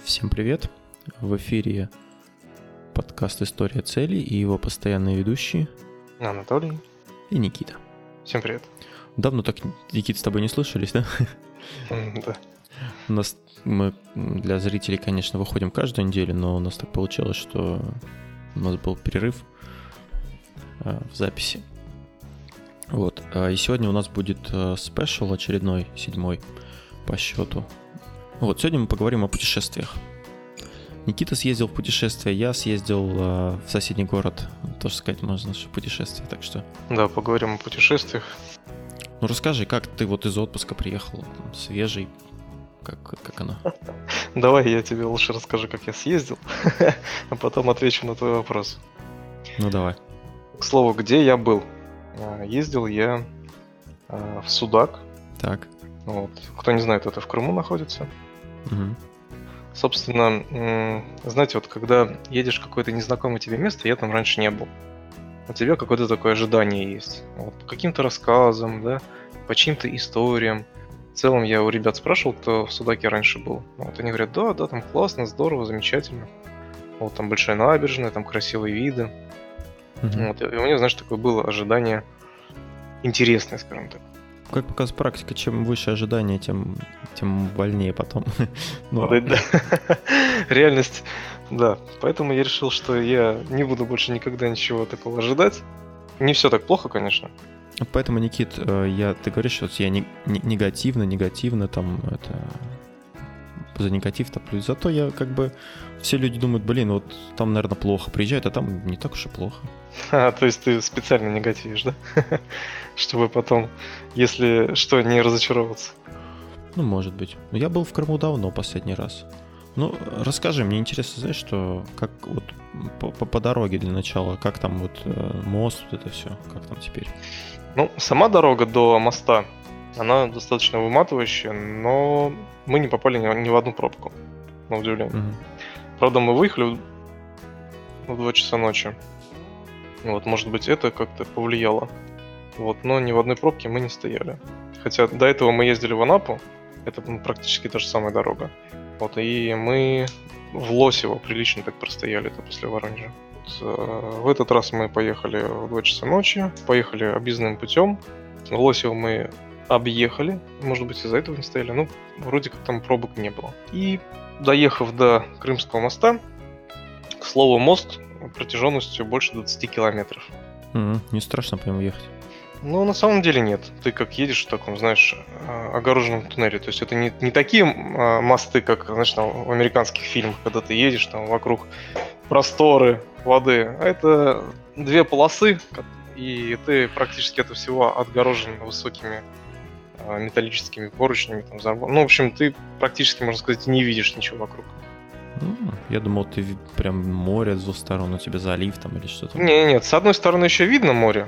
Всем привет! В эфире подкаст «История целей» и его постоянные ведущие Анатолий и Никита. Всем привет. Давно так, Никита, с тобой не слышались, да? Да. Мы для зрителей, конечно, выходим каждую неделю, но у нас так получилось, что у нас был перерыв в записи. Вот. И сегодня у нас будет спешл очередной, 7-й по счету. Вот, сегодня мы поговорим о путешествиях. Никита съездил в путешествие, я съездил в соседний город. Тоже сказать можно, что путешествие, так что... Да, поговорим о путешествиях. Ну, расскажи, как ты вот из отпуска приехал, свежий, как оно? Давай я тебе лучше расскажу, как я съездил, а потом отвечу на твой вопрос. Ну, давай. К слову, где я был? Ездил я в Судак. Так. Вот. Кто не знает, это в Крыму находится. Угу. Собственно, знаете, вот когда едешь в какое-то незнакомое тебе место, я там раньше не был. У тебя какое-то такое ожидание есть. Вот, по каким-то рассказам, да, по чьим-то историям. В целом я у ребят спрашивал, кто в Судаке раньше был. Вот они говорят, да, там классно, здорово, замечательно. Вот там большая набережная, там красивые виды. Угу. Вот, и у меня, знаешь, такое было ожидание интересное, скажем так. Как показывает практика, чем выше ожидания, тем больнее потом. Да. Реальность, да. Поэтому я решил, что я не буду больше никогда ничего такого ожидать. Не все так плохо, конечно. Поэтому, Никит, ты говоришь, что я негативно, там, это... За негатив топлю. Зато я как бы... Все люди думают, блин, вот там, наверное, плохо приезжают, а там не так уж и плохо. То есть ты специально негативишь, да? Чтобы потом, если что, не разочароваться. Ну, может быть. Но я был в Крыму давно, последний раз. Ну, расскажи, мне интересно, знаешь, что как вот по дороге для начала, как там вот мост, вот это все, как там теперь? Ну, сама дорога до моста, она достаточно выматывающая, но мы не попали ни в одну пробку, на удивление. Угу. Правда, мы выехали в 2 часа ночи. Вот, может быть, это как-то повлияло. Вот, но ни в одной пробке мы не стояли. Хотя до этого мы ездили в Анапу, это практически та же самая дорога. Вот, и мы в Лосево прилично так простояли, это после Воронежа. Вот, в этот раз мы поехали в 2 часа ночи, поехали объездным путем. Лосево мы объехали, может быть, из-за этого не стояли, ну, вроде как там пробок не было. И доехав до Крымского моста, к слову, мост протяженностью больше 20 километров. Не страшно по нему ехать? Ну, на самом деле нет. Ты как едешь в таком, знаешь, огороженном туннеле. То есть это не такие мосты, как, знаешь, там, в американских фильмах, когда ты едешь, там вокруг просторы воды. А это 2 полосы, и ты практически от всего отгорожен высокими металлическими поручнями. Там, ну, в общем, ты практически, можно сказать, не видишь ничего вокруг. Я думал, ты прям море с двух сторон, у тебя залив там или что-то. Нет, с одной стороны еще видно море.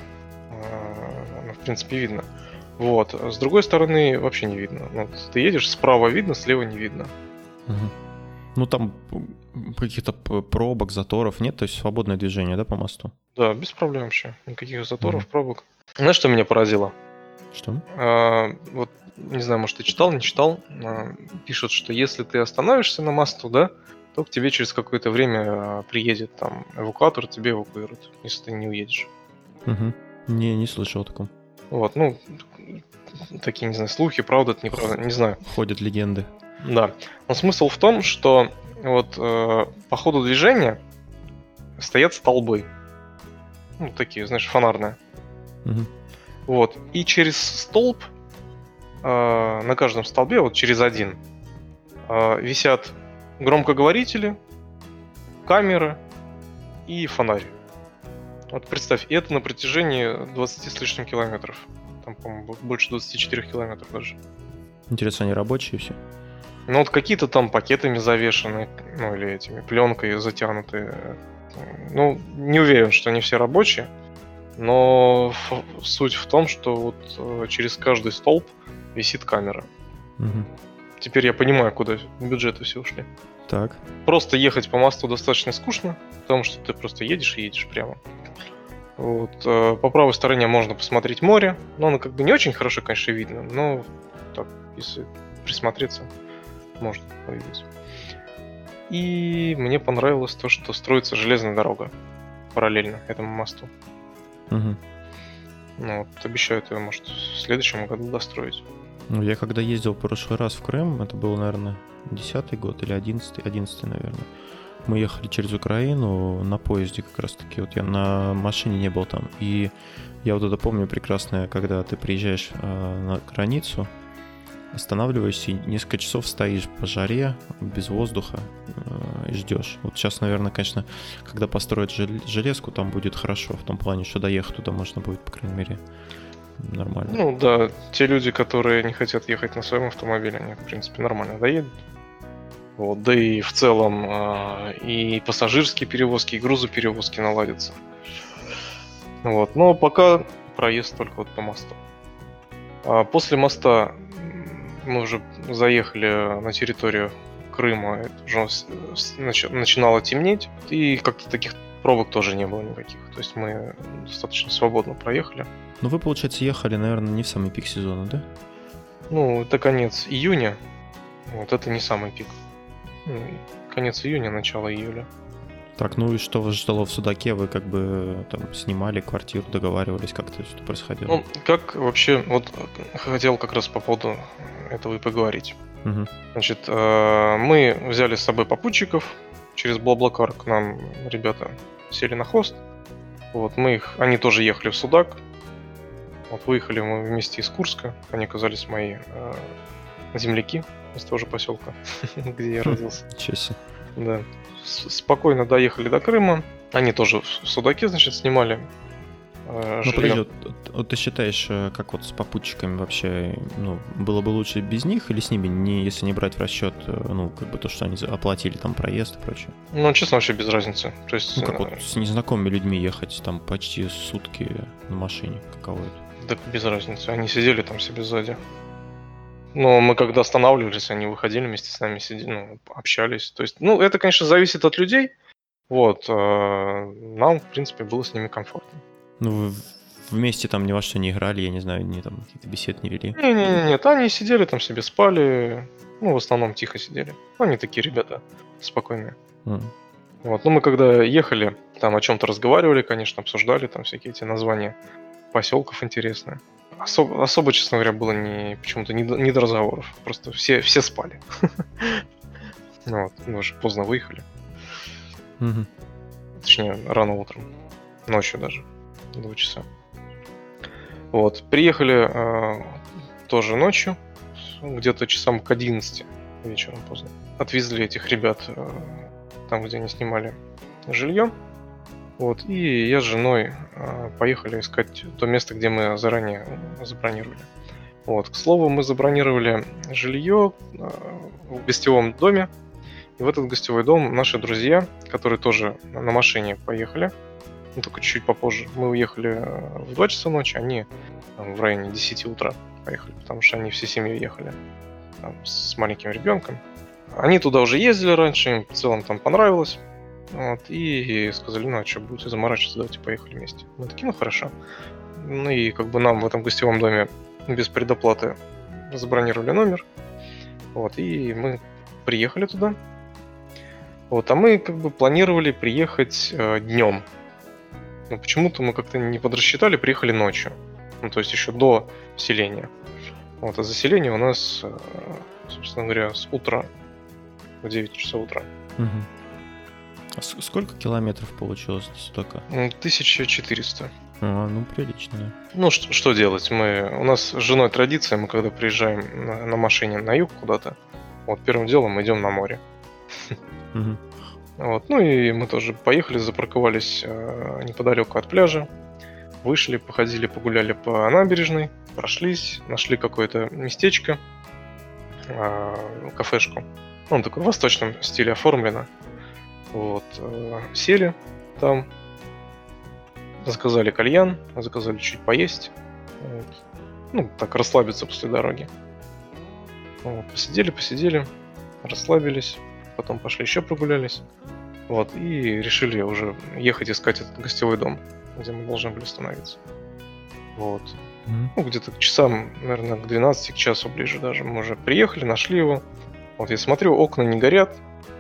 В принципе, видно. Вот. С другой стороны, вообще не видно. Вот, ты едешь, справа видно, слева не видно. Угу. Ну, там каких-то пробок, заторов нет, то есть свободное движение, да, по мосту? Да, без проблем вообще. Никаких заторов, пробок. Знаешь, что меня поразило? Что? Вот, не знаю, может, ты читал, не читал. Пишут, что если ты остановишься на мосту, да, то к тебе через какое-то время приедет там эвакуатор, тебе эвакуируют, если ты не уедешь. Угу. Не слышал о таком. Вот, ну, такие, не знаю, слухи, правда это неправда, не знаю. Ходят легенды. Да. Но смысл в том, что вот по ходу движения стоят столбы. Ну, такие, знаешь, фонарные. Угу. Вот. И через столб, на каждом столбе, вот через один, висят громкоговорители, камеры и фонарь. Вот представь, и это на протяжении 20 с лишним километров. Там, по-моему, больше 24 километров даже. Интересно, они рабочие все? Ну вот какие-то там пакетами завешаны, ну или этими пленкой затянутые. Ну, не уверен, что они все рабочие, но суть в том, что вот через каждый столб висит камера. Угу. Теперь я понимаю, куда бюджеты все ушли. Так. Просто ехать по мосту достаточно скучно, потому что ты просто едешь и едешь прямо. Вот, по правой стороне можно посмотреть море, но оно как бы не очень хорошо, конечно, видно, но так, если присмотреться, можно увидеть. И мне понравилось то, что строится железная дорога параллельно этому мосту. Мгм. Ну, вот, обещают ее, может, в следующем году достроить. Ну, я когда ездил в прошлый раз в Крым, это был, наверное, 10-й год или 11-й, 11-й, наверное. Мы ехали через Украину на поезде как раз-таки. Вот я на машине не был там. И я вот это помню прекрасно, когда ты приезжаешь на границу, останавливаешься и несколько часов стоишь по жаре, без воздуха и ждешь. Вот сейчас, наверное, конечно, когда построят железку, там будет хорошо. В том плане, что доехать туда можно будет, по крайней мере, нормально. Ну да, те люди, которые не хотят ехать на своем автомобиле, они, в принципе, нормально доедут. Вот, да и в целом и пассажирские перевозки, и грузоперевозки наладятся. Вот, но пока проезд только вот по мосту. После моста мы уже заехали на территорию Крыма, это уже начинало темнеть, и как-то таких пробок тоже не было никаких. То есть мы достаточно свободно проехали. Ну вы, получается, ехали, наверное, не в самый пик сезона, да? Ну, это конец июня, вот это не самый пик. Ну, конец июня, начало июля. Так, ну и что вас ждало в Судаке? Вы как бы там снимали квартиру, договаривались, как-то что происходило? Ну, как вообще, вот хотел как раз по поводу этого и поговорить. Угу. Значит, мы взяли с собой попутчиков, через Блаблакар к нам ребята сели на хост. Вот, они тоже ехали в Судак. Вот, выехали мы вместе из Курска, они оказались мои земляки из того же поселка, где я родился. Ничего себе. Да. Спокойно доехали до Крыма. Они тоже в Судаке, значит, снимали Ну жилье. подожди, вот ты считаешь, как вот с попутчиками вообще, ну, было бы лучше без них или с ними, если не брать в расчет, ну, как бы то, что они оплатили там проезд и прочее? Ну, честно, вообще без разницы. То есть, Ну, как вот с незнакомыми людьми ехать там почти сутки на машине, каково это? да без разницы. Они сидели там себе сзади. Но мы когда останавливались, они выходили вместе с нами, сидели, ну, общались. То есть, ну, это, конечно, зависит от людей. Вот. Нам, в принципе, было с ними комфортно. Ну, вы вместе там ни во что не играли, я не знаю, ни там какие-то беседы не вели? Нет, они сидели там себе, спали. Ну, в основном тихо сидели. Они такие ребята спокойные. Вот. Ну, мы когда ехали, там о чем-то разговаривали, конечно, обсуждали там всякие эти названия поселков интересные. Особо, честно говоря, было почему-то не до разговоров. Просто все спали. Вот, мы уже поздно выехали. Точнее, рано утром. Ночью даже. 2 часа. Вот. Приехали тоже ночью. Где-то часам к 11 вечером поздно. Отвезли этих ребят там, где они снимали жилье. Вот, и я с женой поехали искать то место, где мы заранее забронировали. Вот, к слову, мы забронировали жилье в гостевом доме. И в этот гостевой дом наши друзья, которые тоже на машине поехали, ну, только чуть-чуть попозже. Мы уехали в 2 часа ночи, они в районе 10 утра поехали, потому что они всей семьей ехали там, с маленьким ребенком. Они туда уже ездили раньше, им в целом там понравилось. Вот, и сказали, ну а что, будете заморачиваться, давайте поехали вместе. Мы такие, ну хорошо. Ну и как бы нам в этом гостевом доме без предоплаты забронировали номер. Вот, и мы приехали туда. Вот, а мы как бы планировали приехать днем. Но почему-то мы как-то не подрасчитали, приехали ночью. Ну, то есть еще до селения. Вот, а заселение у нас, собственно говоря, с утра, в 9 часов утра. Угу. А сколько километров получилось до Судака? 1400. Ну, прилично, да. Ну, что делать? У нас с женой традиция, мы когда приезжаем на машине на юг куда-то, вот первым делом мы идем на море. Угу. Вот, ну и мы тоже поехали, запарковались неподалеку от пляжа, вышли, походили, погуляли по набережной, прошлись, нашли какое-то местечко, кафешку. Ну, такой в восточном стиле оформлено. Вот, сели там, заказали кальян, заказали чуть поесть, вот. Ну, так расслабиться после дороги. Вот, посидели, расслабились, потом пошли еще прогулялись, вот, и решили уже ехать искать этот гостевой дом, где мы должны были остановиться. Вот. Ну, где-то к часам, наверное, к 12, к часу ближе даже мы уже приехали, нашли его. Вот я смотрю, окна не горят,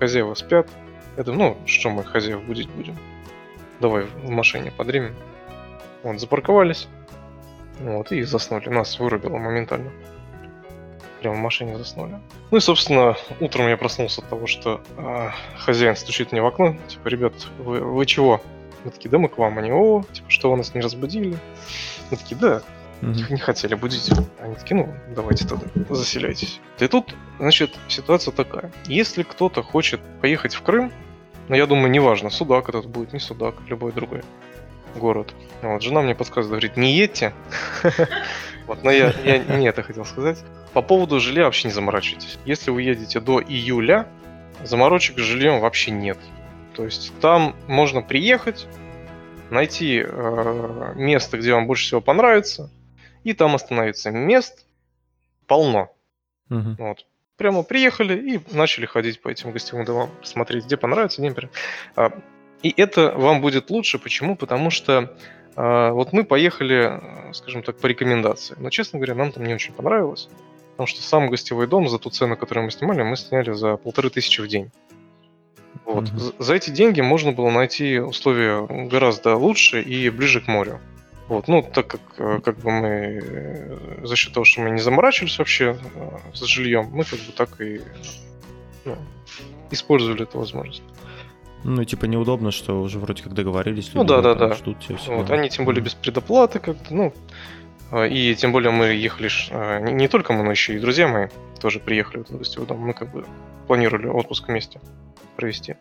хозяева спят. Это, ну, что мы хозяев будить будем? Давай в машине подремем. Вот, запарковались. Вот, и заснули. Нас вырубило моментально. Прямо в машине заснули. Ну и, собственно, утром я проснулся от того, что хозяин стучит мне в окно. Типа, ребят, вы чего? Мы такие, да мы к вам. Они, типа, что вы нас не разбудили? Мы такие, да, не хотели будить. Они такие, ну, давайте тогда, заселяйтесь. И тут, значит, ситуация такая. Если кто-то хочет поехать в Крым, ну, я думаю, неважно, Судак этот будет, не Судак, любой другой город. Вот, жена мне подсказывает, говорит, не едьте. Вот, но я не это хотел сказать. По поводу жилья вообще не заморачивайтесь. Если вы едете до июля, заморочек с жильем вообще нет. То есть там можно приехать, найти место, где вам больше всего понравится, и там остановиться. Мест полно. Вот. Прямо приехали и начали ходить по этим гостевым домам, смотреть, где понравится, где. И это вам будет лучше. Почему? Потому что вот мы поехали, скажем так, по рекомендации. Но, честно говоря, нам там не очень понравилось. Потому что сам гостевой дом за ту цену, которую мы сняли за 1500 в день. Вот. За эти деньги можно было найти условия гораздо лучше и ближе к морю. Вот. Ну, так как бы мы за счет того, что мы не заморачивались вообще с жильем, мы как бы так и использовали эту возможность. Ну, типа неудобно, что уже вроде как договорились. Ну да. Ждут тебя вот. Они тем более без предоплаты как-то, ну. И тем более мы ехали, не только мы, но еще и друзья мои тоже приехали в этот гостевой дом. Мы как бы планировали отпуск вместе провести.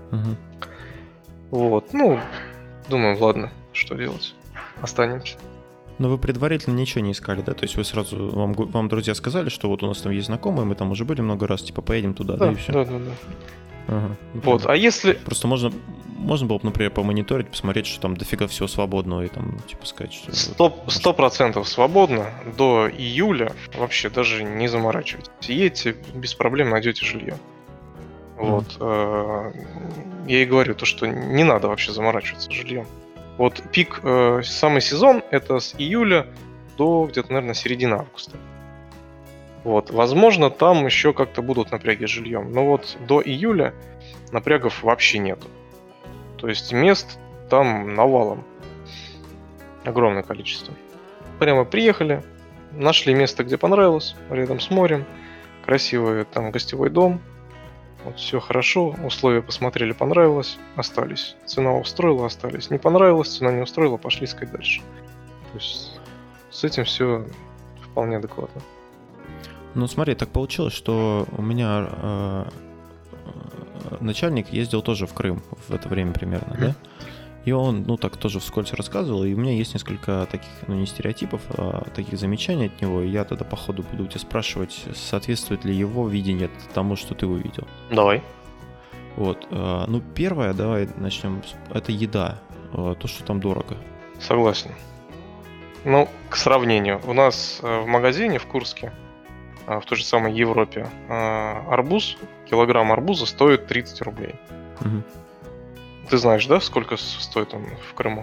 Вот, ну, думаем, ладно, что делать, останемся. Но вы предварительно ничего не искали, да? То есть вы сразу, вам друзья сказали, что вот у нас там есть знакомые, мы там уже были много раз, типа поедем туда, да и все? Да. Ага. Вот, а если... Просто можно было бы, например, помониторить, посмотреть, что там дофига всего свободного, и там, типа, сказать, что... 100% свободно. До июля вообще даже не заморачивайтесь. Едете, без проблем найдете жилье. Вот. Я и говорю, то, что не надо вообще заморачиваться жильем. Вот пик, самый сезон, это с июля до где-то, наверное, середины августа. Вот. Возможно, там еще как-то будут напряги с жильем. Но вот до июля напрягов вообще нету. То есть мест там навалом. Огромное количество. Прямо приехали, нашли место, где понравилось, рядом с морем. Красивый там гостевой дом. Вот, все хорошо, условия посмотрели, понравилось, остались. Цена устроила, остались. Не понравилось, цена не устроила, пошли искать дальше. То есть с этим все вполне адекватно. Ну, смотри, так получилось, что у меня начальник ездил тоже в Крым в это время примерно, да? И он, ну, так тоже вскользь рассказывал, и у меня есть несколько таких, ну, не стереотипов, а таких замечаний от него, и я тогда по ходу буду у тебя спрашивать, соответствует ли его видение тому, что ты увидел. Давай. Вот, ну, первое, давай начнем, это еда, то, что там дорого. Согласен. Ну, к сравнению, у нас в магазине в Курске, в той же самой Европе, килограмм арбуза стоит 30 рублей. Угу. Ты знаешь, да, сколько стоит он в Крыму?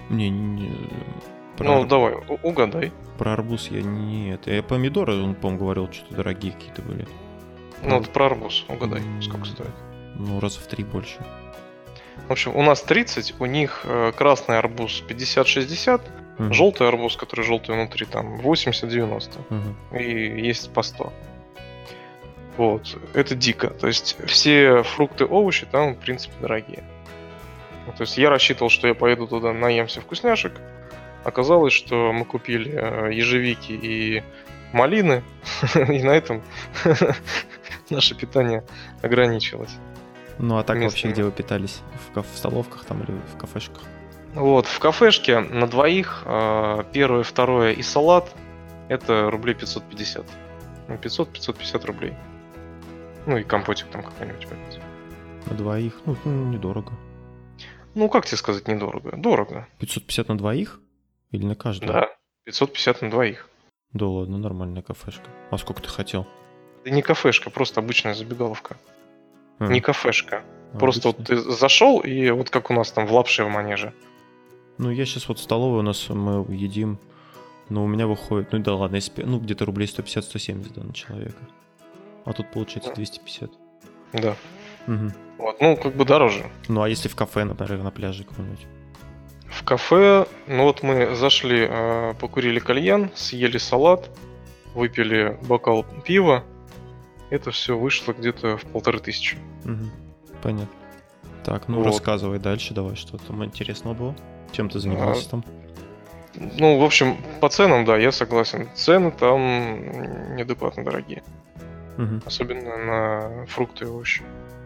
Ну, давай, угадай. Про арбуз я не... Я помидоры, он, по-моему, говорил, что-то дорогие какие-то были. Ну, вот про арбуз угадай, сколько стоит. Ну, раза в 3 больше. В общем, у нас 30, у них красный арбуз 50-60, желтый арбуз, который желтый внутри, там 80-90. И есть по 100. Вот, это дико. То есть все фрукты, овощи там, в принципе, дорогие. То есть я рассчитывал, что я поеду туда, наемся вкусняшек. Оказалось, что мы купили ежевики и малины, и на этом наше питание ограничилось. Ну а так вообще где вы питались? В столовках там или в кафешках? Вот, в кафешке на двоих первое, второе и салат это рублей 550. 500-550 рублей. Ну и компотик там какой-нибудь попить. На двоих? Ну, недорого. Ну, как тебе сказать недорого? Дорого. 550 на двоих? Или на каждого? Да, 550 на двоих. Да ладно, нормальная кафешка. А сколько ты хотел? Да не кафешка, просто обычная забегаловка. Не кафешка. Просто обычная. вот ты зашел, и вот как у нас там в Лапше в Манеже. Ну, я сейчас вот в столовой у нас мы едим, но у меня выходит, ну да ладно, если, ну где-то рублей 150-170 да, на человека. А тут получается 250. Да. Мгм. Вот, ну, как бы дороже. Ну, а если в кафе, например, на пляже каком-нибудь? В кафе, ну вот мы зашли, покурили кальян, съели салат, выпили бокал пива. Это все вышло где-то в 1500. Мгм. Понятно. Так, ну Вот. рассказывай дальше, давай, что там интересного было. Чем ты занимался там? Ну, в общем, по ценам, да, я согласен. Цены там неадекватно дорогие. Мгм. Особенно на фрукты и овощи.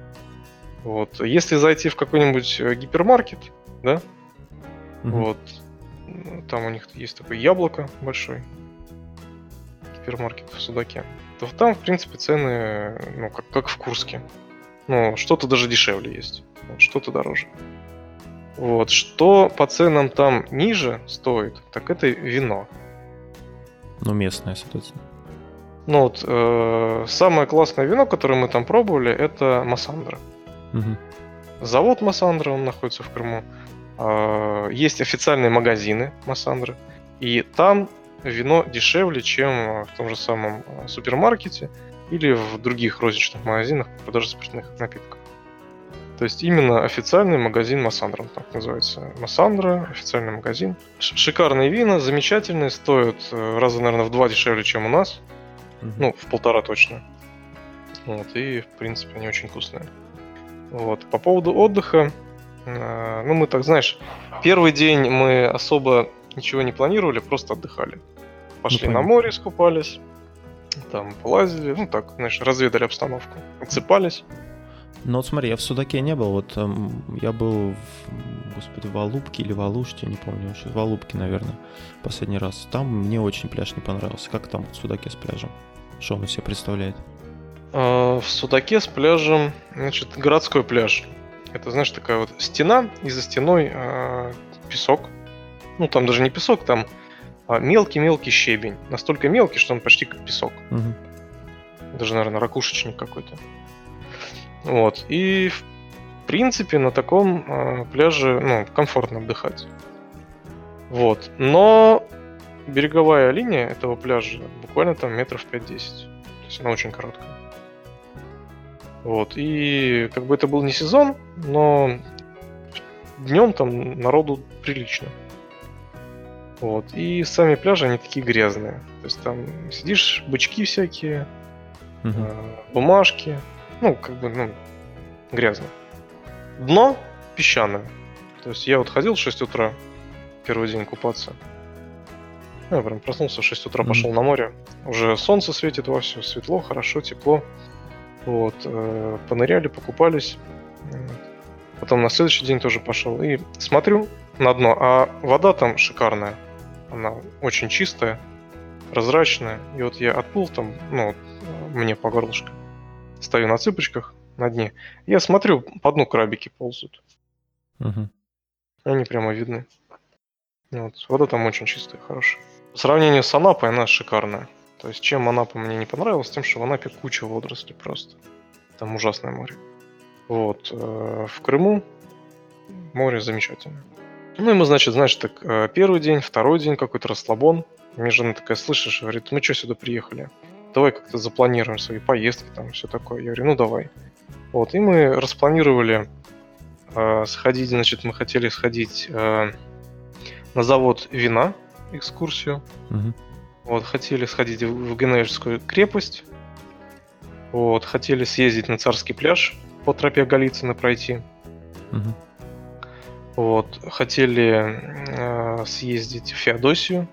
Вот. Если зайти в какой-нибудь гипермаркет, да, Мгм. вот, там у них есть такое яблоко большой, гипермаркет в Судаке, то там, в принципе, цены, ну, как в Курске. Ну, что-то даже дешевле есть, вот, что-то дороже. Вот. Что по ценам там ниже стоит, так это вино. Ну, местное, соответственно. Ну вот, самое классное вино, которое мы там пробовали, это Массандра. Мгм. Завод Массандра, он находится в Крыму. Есть официальные магазины Массандры. И там вино дешевле, чем в том же самом супермаркете или в других розничных магазинах по продаже спиртных напитков. То есть именно официальный магазин Массандра, он так называется. Массандра, официальный магазин. Шикарные вина, замечательные, стоят раза, наверное, в 2 дешевле, чем у нас. Мгм. Ну, в 1,5 точно. Вот, и, в принципе, они очень вкусные. Вот. По поводу отдыха, ну, мы так, знаешь, первый день мы особо ничего не планировали, просто отдыхали. Пошли на понятно. море, искупались, там полазили, ну, так, знаешь, разведали обстановку, отсыпались. Ну вот смотри, я в Судаке не был, вот я был господи, в Алупке или в Алуште, не помню еще, в Алупке, наверное, последний раз. Там мне очень пляж не понравился. Как там в Судаке с пляжем? Что он из себя представляет? В Судаке с пляжем, значит, городской пляж. Это, знаешь, такая вот стена, и за стеной песок. Ну, там даже не песок, там мелкий-мелкий щебень. Настолько мелкий, что он почти как песок. Мгм. Даже, наверное, ракушечник какой-то. Вот. И, в принципе, на таком пляже, ну, комфортно отдыхать. Вот. Но береговая линия этого пляжа буквально там метров 5-10. То есть она очень короткая. Вот. И как бы это был не сезон, но днем там народу прилично. Вот. И сами пляжи, они такие грязные. То есть там сидишь, бычки всякие, Мгм. бумажки. Ну, как бы, ну, грязно. Дно песчаное. То есть я вот ходил в 6 утра, первый день купаться. Ну, я прям проснулся в 6 утра, Мгм. пошел на море. Уже солнце светит вовсю, светло, хорошо, тепло. Вот, поныряли, покупались. Вот. Потом на следующий день тоже пошел. И смотрю на дно, а вода там шикарная. Она очень чистая, прозрачная. И вот я отплыл там, ну, вот, мне по горлышко. Стою на цыпочках на дне. Я смотрю, по дну крабики ползают. Мгм. Они прямо видны. Вот. Вода там очень чистая, хорошая. По сравнению с Анапой она шикарная. То есть чем Анапа мне не понравилась, тем, что в Анапе куча водорослей просто. Там ужасное море. Вот. В Крыму море замечательное. Ну и мы, значит, знаешь, так первый день, второй день какой-то расслабон. Мне жена такая, слышишь, говорит, мы что сюда приехали? Давай как-то запланируем свои поездки, там все такое. Я говорю, ну давай. Вот, и мы распланировали сходить, значит, мы хотели сходить на завод вина, экскурсию. Мгм. Вот, хотели сходить в Генуэзскую крепость. Вот, хотели съездить на Царский пляж, по тропе Голицына пройти. Мгм. Вот, хотели съездить в Феодосию,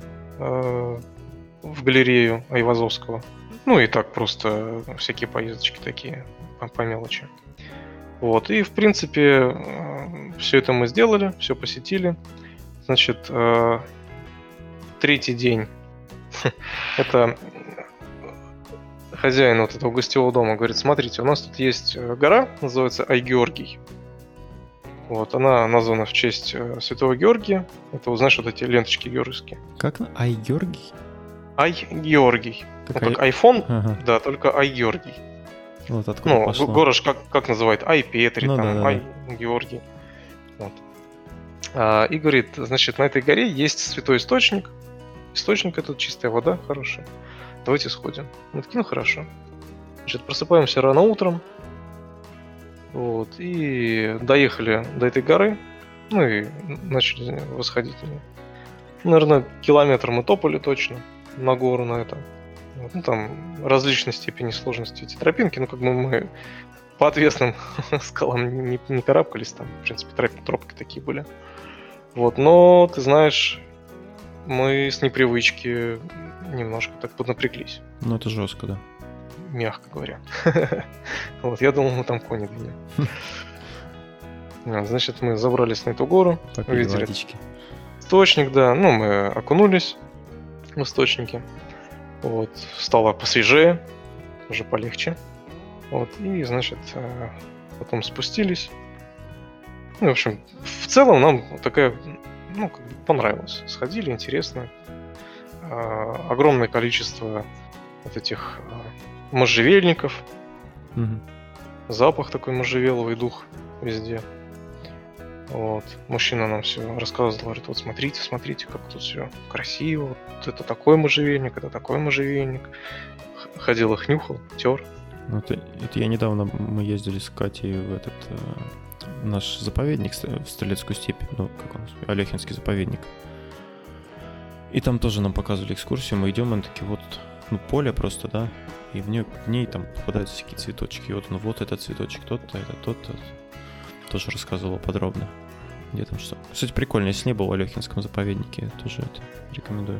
в галерею Айвазовского. Ну и так просто всякие поездочки такие по мелочи. Вот, и в принципе все это мы сделали, все посетили. Значит, третий день это хозяин вот этого гостевого дома говорит, смотрите, у нас тут есть гора, называется Ай-Георгий. Вот, она названа в честь Святого Георгия. Это, вот, знаешь, вот эти ленточки георгиевские. Как? Ай-Георгий? Ай-Георгий. Как Ну, как iPhone, Ага. да, только Ай-Георгий. Вот откуда Ну, пошло. город как называют? Ай-Петри, Ну там, да-да-да. Ай-Георгий. Вот. И говорит, значит, на этой горе есть святой источник. Источник — это чистая вода, хорошая. Давайте сходим. Мы такие, ну хорошо. Значит, просыпаемся рано утром. Вот, и доехали до этой горы, ну и начали восходить на нее. Наверное, километр мы топали точно на гору на это. Вот, ну, там различной степени сложности эти тропинки, ну как бы мы по отвесным скалам не карабкались, там, в принципе, тропки такие были. Вот, но, ты знаешь, мы с непривычки немножко так поднапряглись. Ну, это жестко, да. Мягко говоря. Вот, я думал, мы там кони двинем. Значит, мы забрались на эту гору, увидели источник, да, ну, мы окунулись в источники. Вот, стало посвежее, уже полегче. Вот, и, значит, потом спустились. Ну, в общем, в целом нам такая, ну, как бы понравилось. Сходили, интересно. Огромное количество вот этих можжевельников. Мгм. Запах такой можжевеловый, дух везде. Вот. Мужчина нам все рассказывал, говорит, вот смотрите, смотрите, как тут все красиво. Вот это такой можжевельник, это такой можжевельник. Ходил их нюхал, тер. Ну, это я недавно, мы ездили с Катей в этот наш заповедник в Стрелецкую степь, ну, как он, Алехинский заповедник. И там тоже нам показывали экскурсию, мы идем, и такие, вот, ну, поле просто, да, и в ней там попадаются всякие цветочки, и вот, ну, вот этот цветочек, тот-то, это тот-то. Тоже рассказывал подробно, где там что. Кстати, прикольно, если не был в Алехинском заповеднике, тоже это рекомендую.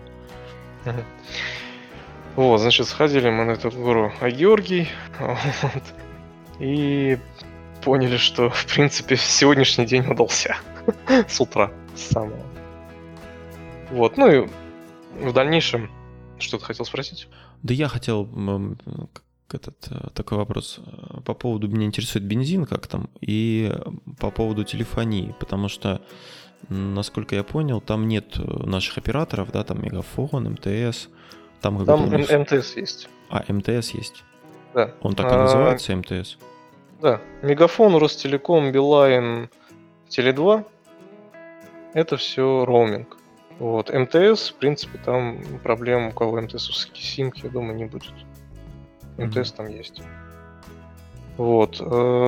Вот, значит, сходили мы на эту гору Агеоргий, вот, и поняли, что, в принципе, сегодняшний день удался с утра, с самого. Вот, ну и в дальнейшем, что ты хотел спросить? Да я хотел такой вопрос. По поводу, меня интересует бензин, как там, и по поводу телефонии, потому что, насколько я понял, там нет наших операторов, да, там Мегафон, МТС. Там МТС есть. А, МТС есть? Да. Он так и называется, МТС? Да. Мегафон, Ростелеком, Билайн, Теле2 — это все роуминг. Вот. МТС, в принципе, там проблем, у кого МТСовские симки, я думаю, не будет. МТС там есть. Вот.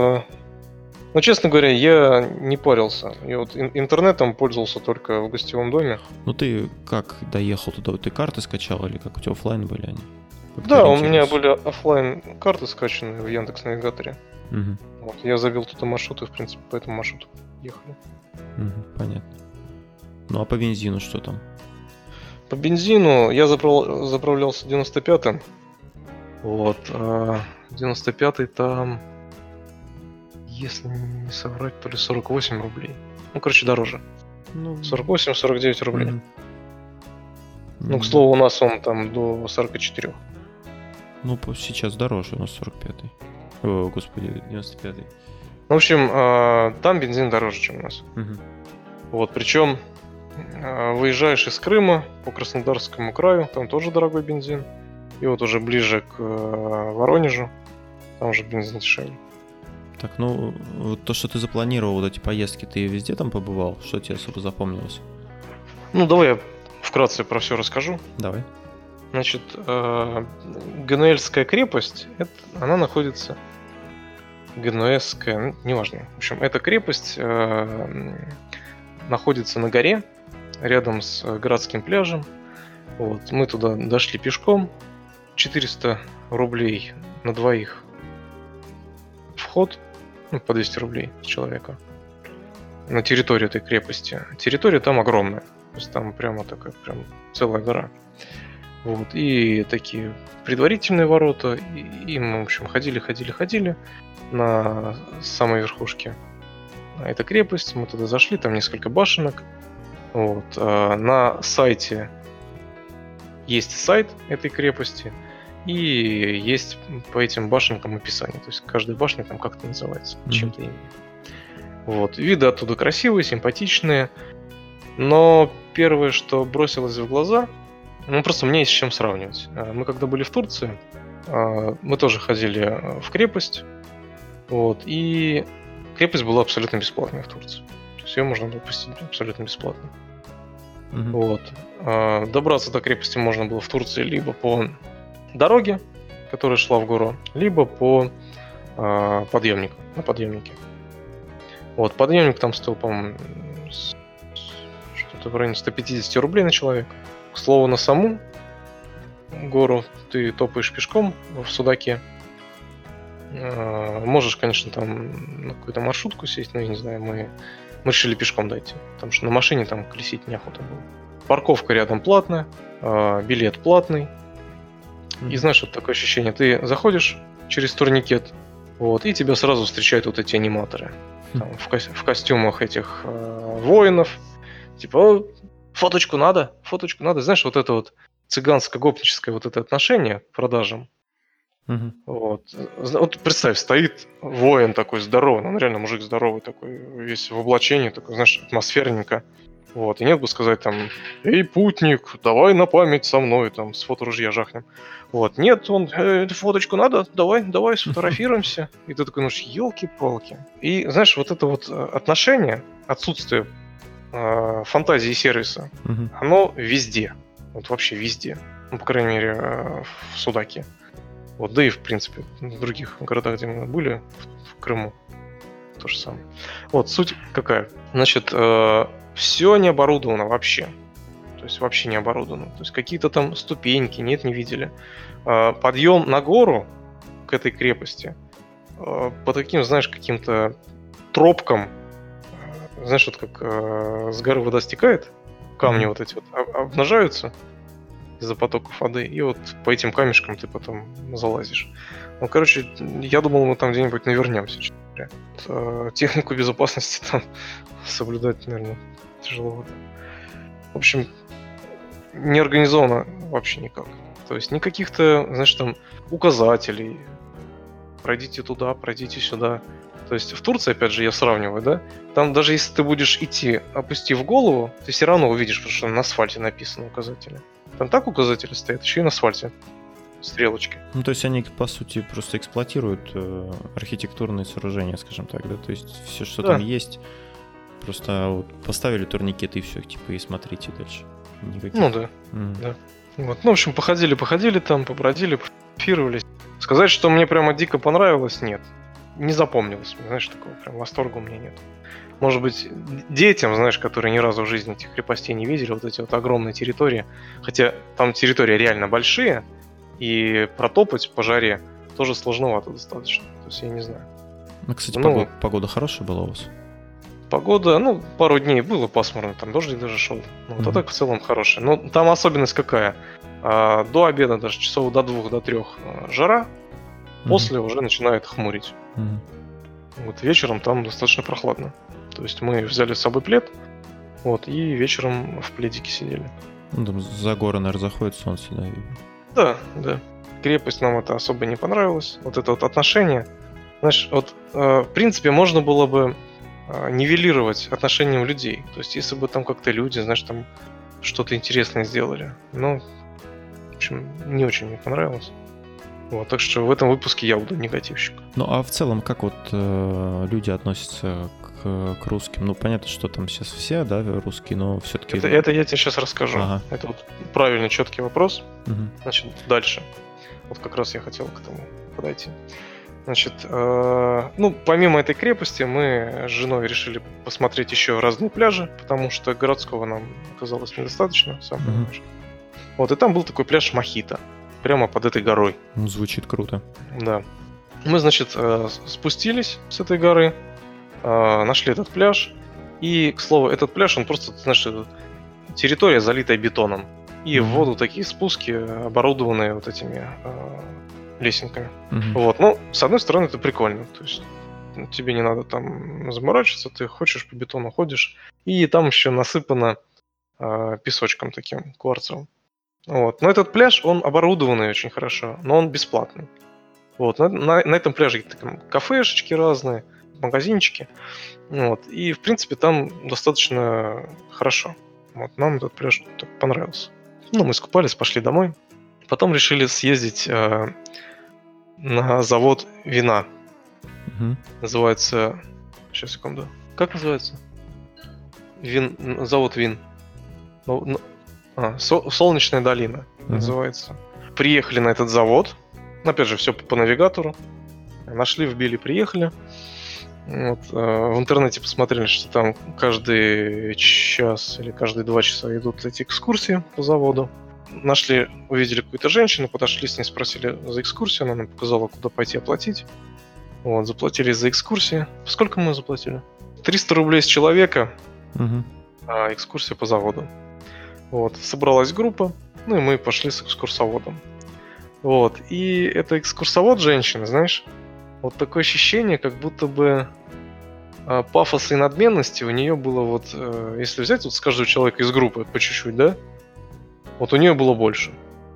Но, честно говоря, я не парился. Я вот интернетом пользовался только в гостевом доме. Ну ты как доехал туда? Ты карты скачал или как? У тебя офлайн были они? Да, у меня были офлайн карты скачаны в Яндекс.Навигаторе. Угу. Вот, я забил туда маршруты, в принципе, по этому маршруту ехали. Угу, понятно. Ну а по бензину что там? По бензину я заправлялся 95-м. Вот. 95-й там, если не соврать, то ли 48 рублей. Ну, короче, дороже. 48-49 рублей. Mm-hmm. Ну, к слову, у нас он там до 44. Ну, сейчас дороже, у нас 45-й. О, господи, 95-й. В общем, там бензин дороже, чем у нас. Mm-hmm. Вот, причем выезжаешь из Крыма по Краснодарскому краю, там тоже дорогой бензин. И вот уже ближе к Воронежу, там уже бензин дешевле. Так, ну, вот то, что ты запланировал, вот эти поездки, ты везде там побывал? Что тебе особо запомнилось? Ну, давай я вкратце про все расскажу. Давай. Значит, Генуэльская крепость, она находится... Генуэзская, неважно. В общем, эта крепость находится на горе, рядом с городским пляжем. Вот, мы туда дошли пешком. 400 рублей на двоих вход, ну, по 200 рублей с человека на территорию этой крепости. Территория там огромная, то есть там прямо такая, прям целая гора. Вот, и такие предварительные ворота, и мы, в общем, ходили на самой верхушке этой крепости. Мы туда зашли, там несколько башенок. Вот, на сайте есть сайт этой крепости, и есть по этим башенкам описание. То есть каждая башня там как-то называется, чем-то именем. Вот. Виды оттуда красивые, симпатичные. Но первое, что бросилось в глаза, ну просто мне есть с чем сравнивать. Мы когда были в Турции, мы тоже ходили в крепость. Вот, и крепость была абсолютно бесплатная в Турции. То есть ее можно было посетить абсолютно бесплатно. Вот. Добраться до крепости можно было в Турции либо по дороге, которая шла в гору, либо по подъемник, на подъемнике. Вот, подъемник там стоил, по-моему, что-то в районе 150 рублей на человека. К слову, на саму гору ты топаешь пешком в Судаке. Можешь, конечно, там на какую-то маршрутку сесть, но я не знаю, мы решили пешком дойти, потому что на машине там колесить неохота было. Парковка рядом платная, билет платный. И знаешь, вот такое ощущение, ты заходишь через турникет, вот, и тебя сразу встречают вот эти аниматоры. Там, в костюмах этих воинов. Типа, фоточку надо. Знаешь, вот это вот цыганско-гопническое вот это отношение к продажам. Вот представь, стоит воин такой здоровый, он реально мужик здоровый такой, весь в облачении, такой, знаешь, атмосферненько. Вот, и нет бы сказать там: «Эй, путник, давай на память со мной, там, с фоторужья жахнем». Вот, нет, он: фоточку надо, давай сфотографируемся. И ты такой, ну, елки-палки. И, знаешь, вот это вот отношение, отсутствие фантазии сервиса, оно везде, вот вообще везде, ну, по крайней мере, в Судаке. Вот, да и, в принципе, в других городах, где мы были, в Крыму, то же самое. Вот, суть какая. Значит, все не оборудовано вообще. То есть вообще не оборудовано. То есть какие-то там ступеньки, нет, не видели. Подъем на гору к этой крепости по таким, знаешь, каким-то тропкам. Знаешь, вот как с горы вода стекает, камни вот эти вот обнажаются из-за потоков воды, и вот по этим камешкам ты потом залазишь. Ну, короче, я думал, мы там где-нибудь навернемся. Технику безопасности там соблюдать, наверное, тяжело. В общем, не организовано вообще никак. То есть никаких-то, знаешь, там указателей. Пройдите туда, пройдите сюда. То есть в Турции, опять же, я сравниваю, да? Там даже если ты будешь идти, опустив голову, ты все равно увидишь, потому что на асфальте написаны указатели. Там так указатели стоят, еще и на асфальте стрелочки. Ну, то есть они, по сути, просто эксплуатируют архитектурные сооружения, скажем так, да? То есть все, что там есть, просто вот поставили турникеты и все, типа, и смотрите дальше. Никаких... Ну да, да. Вот. Ну, в общем, походили там, побродили, пофотографировались. Сказать, что мне прямо дико понравилось, нет. Не запомнилось, знаешь, такого прям восторга у меня нет. Может быть, детям, знаешь, которые ни разу в жизни этих крепостей не видели, вот эти вот огромные территории, хотя там территории реально большие, и протопать по жаре тоже сложновато достаточно. То есть я не знаю. Ну, кстати, погода хорошая была у вас? Погода, ну, пару дней было пасмурно, там дождик даже шел. Ну, вот, а так в целом хорошая. Но там особенность какая? До обеда, даже часов до 2, до 3 жара, после уже начинает хмурить. Вот вечером там достаточно прохладно. То есть мы взяли с собой плед, вот, и вечером в пледике сидели. Ну, там за горы, наверное, заходит солнце, да? Да, да. Крепость нам это особо не понравилось. Вот это вот отношение. Знаешь, вот, в принципе, можно было бы нивелировать отношением людей. То есть, если бы там как-то люди, знаешь, там что-то интересное сделали. Но, в общем, не очень мне понравилось. Вот, так что в этом выпуске я буду негативщик. Ну, а в целом, как вот люди относятся к русским? Ну, понятно, что там сейчас все, да, русские, но все-таки... Это я тебе сейчас расскажу. Ага. Это вот правильный, четкий вопрос. Значит, дальше. Вот как раз я хотел к этому подойти. Значит, ну, помимо этой крепости, мы с женой решили посмотреть еще разные пляжи, потому что городского нам оказалось недостаточно, сам понимаешь. Вот, и там был такой пляж Мохито, прямо под этой горой. Ну, звучит круто. Да. Мы, значит, спустились с этой горы, нашли этот пляж, и, к слову, этот пляж, он просто, знаешь, территория, залитая бетоном, и в воду такие спуски, оборудованные вот этими... лесенками. Вот. Ну, с одной стороны, это прикольно. То есть тебе не надо там заморачиваться, ты хочешь по бетону ходишь. И там еще насыпано песочком таким, кварцевым. Вот. Но этот пляж, он оборудованный очень хорошо, но он бесплатный. Вот. На этом пляже там кафешечки разные, магазинчики. Вот. И, в принципе, там достаточно хорошо. Вот. Нам этот пляж понравился. Ну, мы искупались, пошли домой. Потом решили съездить на завод вина. Называется... Сейчас, секунду. Как называется? Завод вин. Солнечная долина называется. Приехали на этот завод. Опять же, все по навигатору. Нашли, вбили, приехали. Вот, в интернете посмотрели, что там каждый час или каждые 2 часа идут эти экскурсии по заводу. Нашли, увидели какую-то женщину, подошли с ней, спросили за экскурсию, она нам показала, куда пойти оплатить. Вот, заплатили за экскурсии. Сколько мы заплатили? 300 рублей с человека, экскурсия по заводу. Вот, собралась группа, ну и мы пошли с экскурсоводом. Вот, и эта экскурсовод женщина, знаешь, вот такое ощущение, как будто бы пафоса и надменности у нее было вот, если взять вот с каждого человека из группы по чуть-чуть, да, вот у нее было больше.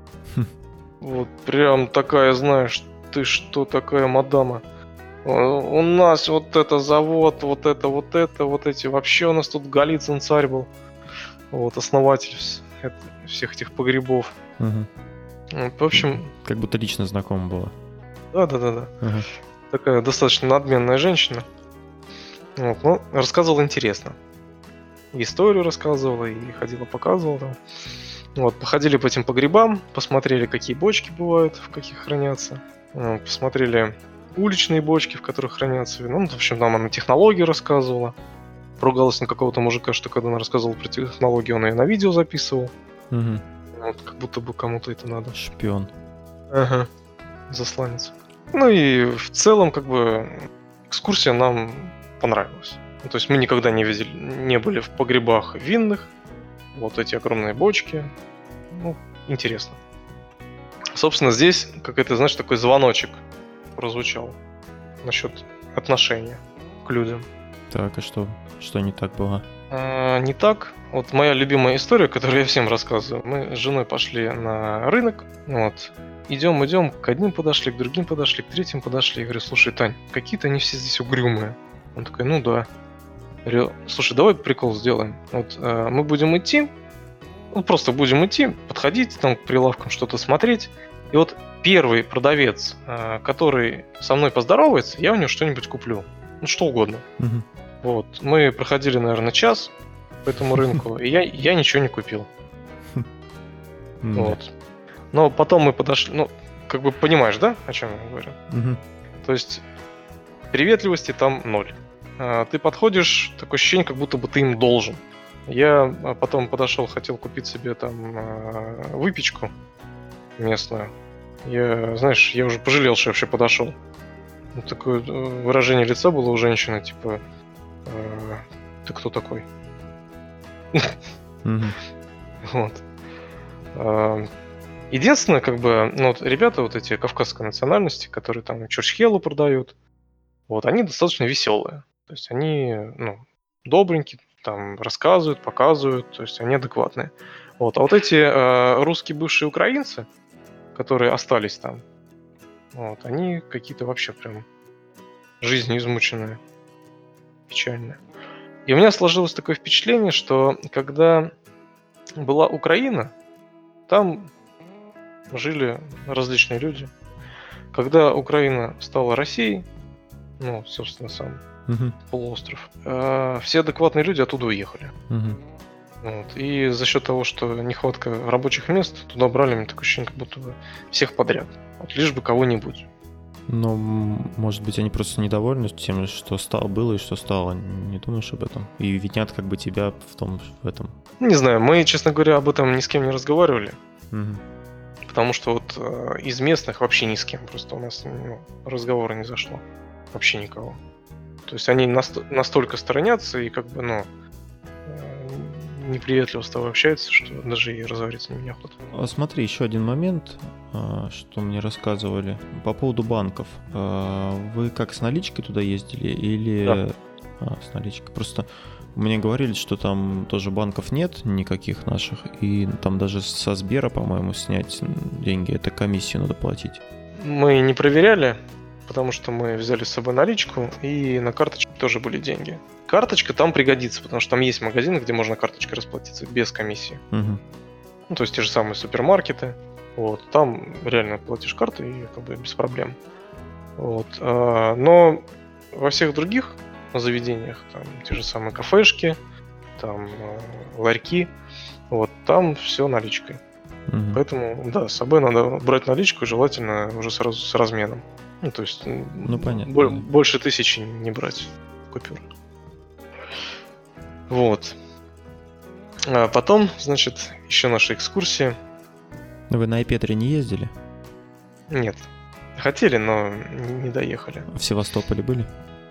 Вот прям такая, знаешь, ты что, такая мадама? У нас вот это завод, вот эти, вообще у нас тут Голицын царь был, вот, основатель всех этих погребов. Вот, в общем... Как будто лично знакома была. Да. Такая достаточно надменная женщина. Вот, ну, рассказывала интересно. И историю рассказывала, и ходила, показывала там. Вот, походили по этим погребам, посмотрели, какие бочки бывают, в каких хранятся. Посмотрели уличные бочки, в которых хранятся вино. Ну, в общем, там она технологии рассказывала. Ругалась на какого-то мужика, что когда она рассказывала про технологии, он ее на видео записывал. Вот, как будто бы кому-то это надо. Шпион. Ага, засланец. Ну и в целом, как бы, экскурсия нам понравилась. Ну, то есть мы никогда не были в погребах винных. Вот эти огромные бочки. Ну, интересно. Собственно, здесь, как это, знаешь, такой звоночек прозвучал насчет отношения к людям. Так, а что не так было? Не так. Вот моя любимая история, которую я всем рассказываю. Мы с женой пошли на рынок. Вот. Идем, к одним подошли, к другим подошли, к третьим подошли. Я говорю, слушай, Тань, какие-то они все здесь угрюмые. Он такой, ну да. Я говорю, слушай, давай прикол сделаем. Вот мы будем идти, просто будем идти, подходить там к прилавкам, что-то смотреть. И вот первый продавец, который со мной поздоровается, я у него что-нибудь куплю. Ну, что угодно. Вот. Мы проходили, наверное, час по этому рынку, и я ничего не купил. Вот. Но потом мы подошли, ну, как бы понимаешь, да, о чем я говорю? То есть приветливости там 0. Ты подходишь, такое ощущение, как будто бы ты им должен. Я потом подошел, хотел купить себе там выпечку местную. Знаешь, я уже пожалел, что я вообще подошел. Вот такое выражение лица было у женщины, типа, ты кто такой? Вот. Единственное, как бы, ну, вот ребята вот эти кавказской национальности, которые там чурчхелу продают, вот, они достаточно веселые. То есть они, ну, добренькие, там, рассказывают, показывают, то есть они адекватные. Вот. А вот эти русские бывшие украинцы, которые остались там, вот, они какие-то вообще прям жизнью измученные, печальные. И у меня сложилось такое впечатление, что когда была Украина, там жили различные люди. Когда Украина стала Россией, ну, собственно, сам полуостров, все адекватные люди оттуда уехали. Вот. И за счет того, что нехватка рабочих мест, туда брали, мне такое ощущение, как будто бы всех подряд. Вот, лишь бы кого-нибудь. Ну, может быть, они просто недовольны тем, что было и что стало. Не думаешь об этом? И винят как бы тебя в этом. Не знаю, мы, честно говоря, об этом ни с кем не разговаривали. Потому что вот из местных вообще ни с кем. Просто у нас разговора не зашло. Вообще никого. То есть они настолько сторонятся и как бы, ну, неприветливо с тобой общаются, что даже и разговаривать с ними неохота. Смотри, еще один момент, что мне рассказывали. По поводу банков. Вы как, с наличкой туда ездили или... Да. С наличкой. Просто мне говорили, что там тоже банков нет никаких наших, и там даже со Сбера, по-моему, снять деньги, это комиссию надо платить. Мы не проверяли, потому что мы взяли с собой наличку, и на карточке тоже были деньги. Карточка там пригодится, потому что там есть магазины, где можно карточкой расплатиться без комиссии. Ну, то есть те же самые супермаркеты. Вот, там реально платишь картой и как бы без проблем. Вот. Но во всех других заведениях, там те же самые кафешки, там ларьки, вот, там все наличкой. Поэтому, да, с собой надо брать наличку, желательно уже сразу с разменом. Ну, то есть понятно. Больше 1000 не брать купюр. Вот. А потом, значит, еще наши экскурсии. Вы на Айпетре не ездили? Нет. Хотели, но не доехали. В Севастополе были?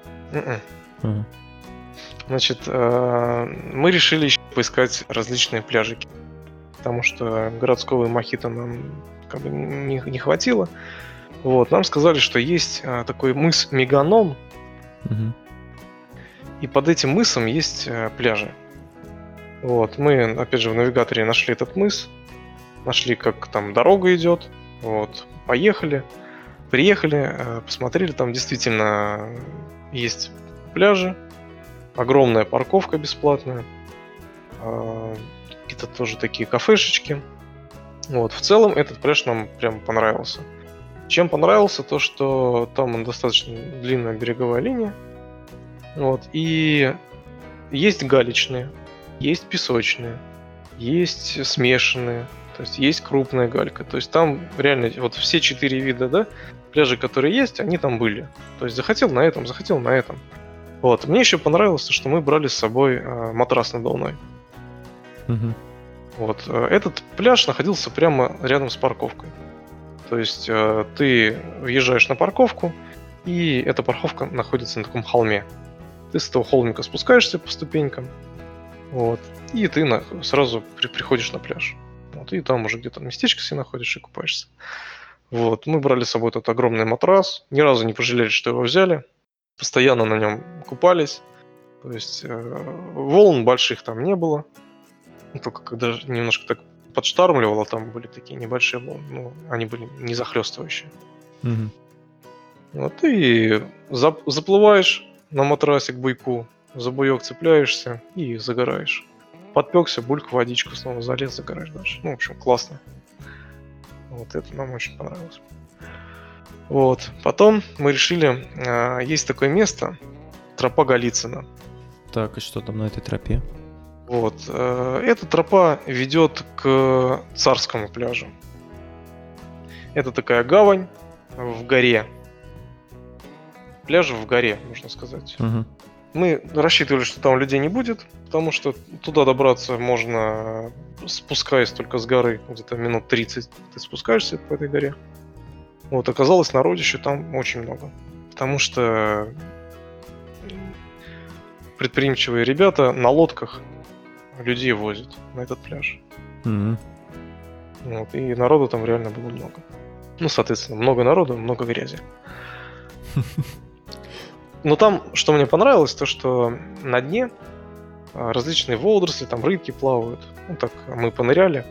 Ага. Значит, мы решили еще поискать различные пляжики. Потому что городского мохито нам как бы не хватило. Вот, нам сказали, что есть такой мыс Меганом. Угу. И под этим мысом есть пляжи. Вот, мы, опять же, в навигаторе нашли этот мыс. Нашли, как там дорога идет. Вот, поехали. Приехали, посмотрели, там действительно есть пляжи. Огромная парковка бесплатная. Какие-то тоже такие кафешечки. Вот, в целом этот пляж нам прям понравился. Чем понравился? То, что там достаточно длинная береговая линия. Вот, и есть галечные, есть песочные, есть смешанные, то есть есть крупная галька. То есть там реально вот все 4 вида, да, пляжи, которые есть, они там были. То есть захотел на этом, захотел на этом. Вот, мне еще понравилось, что мы брали с собой матрас надувной. Угу. Вот, этот пляж находился прямо рядом с парковкой. То есть ты въезжаешь на парковку, и эта парковка находится на таком холме. Ты с этого холмика спускаешься по ступенькам, вот, и ты сразу приходишь на пляж. Вот, и там уже где-то местечко себе находишь и купаешься. Вот, мы брали с собой этот огромный матрас, ни разу не пожалели, что его взяли. Постоянно на нем купались. То есть волн больших там не было. Только когда немножко так подштармливало, там были такие небольшие волны. Ну, они были не захлестывающие. Угу. Вот, и заплываешь на матрасе к буйку, за буек цепляешься и загораешь. Подпекся, бульк, водичку, снова залез, загораешь дальше. Ну, в общем, классно. Вот это нам очень понравилось. Вот. Потом мы решили, есть такое место, тропа Голицына. Так, и что там на этой тропе? Вот. Эта тропа ведет к Царскому пляжу. Это такая гавань в горе. Пляж в горе, можно сказать. Угу. Мы рассчитывали, что там людей не будет, потому что туда добраться можно, спускаясь только с горы, где-то минут 30 ты спускаешься по этой горе. Вот, оказалось, народища там очень много. Потому что предприимчивые ребята на лодках людей возят на этот пляж. Угу. Вот, и народу там реально было много. Ну, соответственно, много народу, много грязи. Но там, что мне понравилось, то что на дне различные водоросли, там рыбки плавают. Ну так, мы поныряли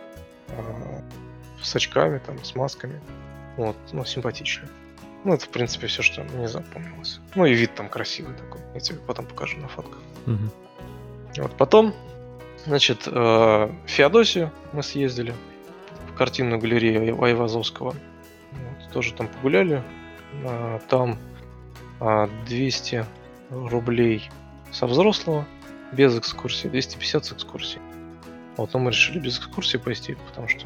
с очками, там, с масками. Вот, ну, симпатично. Ну, это, в принципе, все, что мне запомнилось. Ну, и вид там красивый такой. Я тебе потом покажу на фотках. Угу. Вот, потом, значит, в Феодосию мы съездили. В картинную галерею Айвазовского. Вот, тоже там погуляли. Там 200 рублей со взрослого, без экскурсии, 250 с экскурсией. Вот, но мы решили без экскурсии пойти, потому что,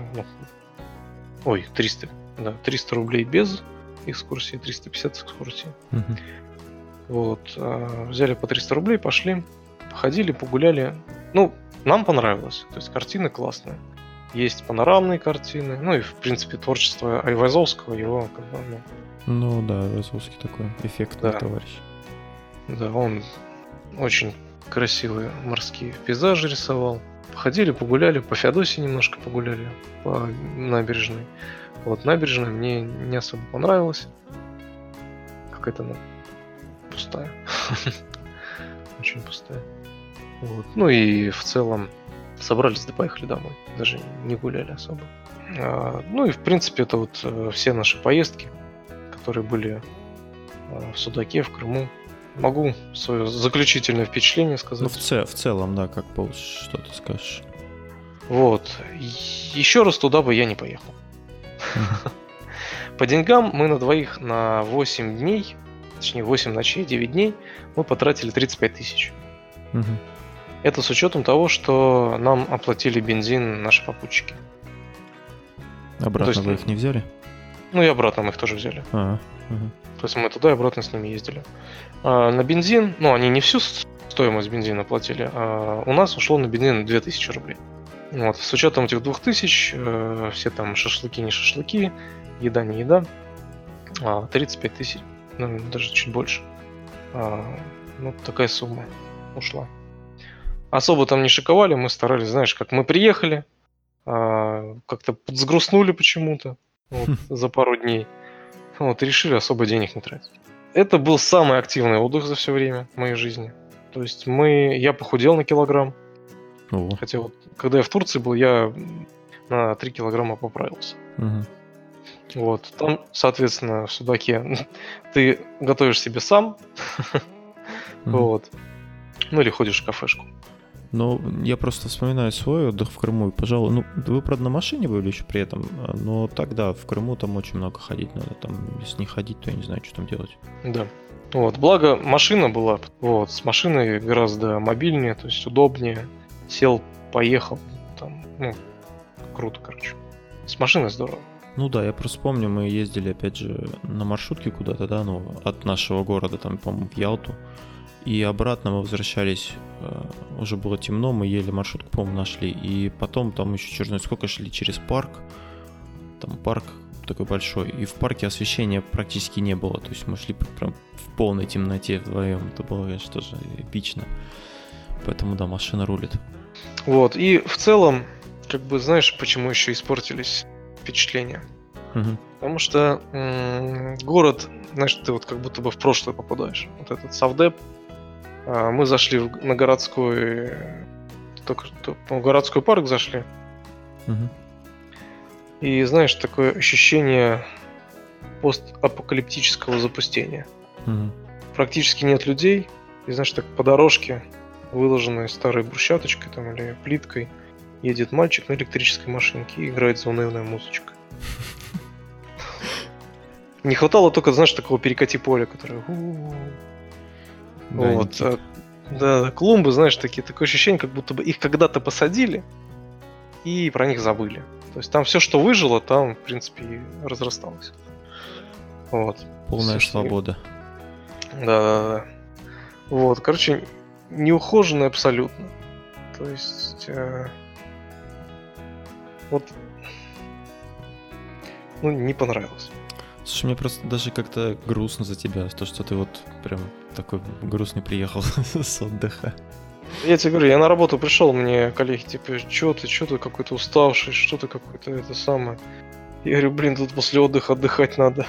300, да, 300 рублей без экскурсии, 350 с экскурсией. Угу. Вот, взяли по 300 рублей, пошли, походили, погуляли. Ну, нам понравилось, то есть картины классные. Есть панорамные картины, ну и, в принципе, творчество Айвазовского, его, как бы, Ну да, Высоцкий такой эффектный товарищ. Да, он очень красивые морские пейзажи рисовал. Походили, погуляли, по Феодосии немножко погуляли, по набережной. Вот, набережная мне не особо понравилась. Какая-то она пустая. Очень пустая. Вот. Ну и в целом собрались да поехали домой. Даже не гуляли особо. Ну и в принципе это вот все наши поездки, которые были в Судаке, в Крыму. Могу свое заключительное впечатление сказать. Ну, в целом, да, как что ты скажешь. Вот. Еще раз туда бы я не поехал. По деньгам мы на двоих на 8 дней, точнее 8 ночей, 9 дней, мы потратили 35 тысяч. Это с учетом того, что нам оплатили бензин наши попутчики. Обратно вы их не взяли? Ну и обратно мы их тоже взяли. Ага. Мгм. То есть мы туда и обратно с ними ездили. На бензин, ну они не всю стоимость бензина платили, а у нас ушло на бензин 2000 рублей. Вот, с учетом этих 2000, все там шашлыки, не шашлыки, еда, не еда, 35 тысяч, ну, даже чуть больше. Ну, такая сумма ушла. Особо там не шиковали, мы старались, знаешь, как мы приехали, как-то подсгрустнули почему-то вот, за пару дней. Вот, и решили особо денег не тратить. Это был самый активный отдых за все время моей жизни. То есть я похудел на килограмм. О. Хотя вот, когда я в Турции был, я на 3 килограмма поправился. Мгм. Вот, там, соответственно, в Судаке ты готовишь себе сам, Мгм. вот, ну или ходишь в кафешку. Ну, я просто вспоминаю свой отдых в Крыму, и, пожалуй, ну, вы, правда, на машине были еще при этом, но тогда в Крыму там очень много ходить надо, там, если не ходить, то я не знаю, что там делать. Да. Вот, благо машина была, вот, с машиной гораздо мобильнее, то есть удобнее. Сел, поехал, там, ну, круто, короче. С машиной здорово. Ну да, я просто помню, мы ездили, опять же, на маршрутке куда-то, да, ну, от нашего города, там, по-моему, в Ялту, и обратно мы возвращались, уже было темно, мы еле маршрутку, по-моему, нашли, и потом там еще черт знает сколько шли через парк, там парк такой большой, и в парке освещения практически не было, то есть мы шли прям в полной темноте вдвоем, это было, конечно, тоже эпично, поэтому, да, машина рулит. Вот, и в целом, как бы, знаешь, почему еще испортились впечатления? Мгм. Потому что город, знаешь, ты вот как будто бы в прошлое попадаешь. Вот этот Савдеп. Мы зашли на городской... в городской парк зашли. Мгм. И, знаешь, такое ощущение постапокалиптического запустения. Мгм. Практически нет людей. И, знаешь, так по дорожке, выложенной старой брусчаточкой там, или плиткой, едет мальчик на электрической машинке и играет заунывная музычка. Не хватало только, знаешь, такого перекати поля, которое... Да, Вот. Да, клумбы, знаешь, такое ощущение, как будто бы их когда-то посадили и про них забыли. То есть там все, что выжило, там, в принципе, и разрасталось. Вот. полная Всё, что- свобода. Да. Вот, короче, неухоженный абсолютно. То есть... вот... Ну, не понравилось. Слушай, мне просто даже как-то грустно за тебя, то, что ты вот прям такой грустный приехал с отдыха. Я тебе говорю, я на работу пришел, мне коллеги, типа, что ты какой-то уставший, что ты какой-то это самое. Я говорю, блин, тут после отдыха отдыхать надо.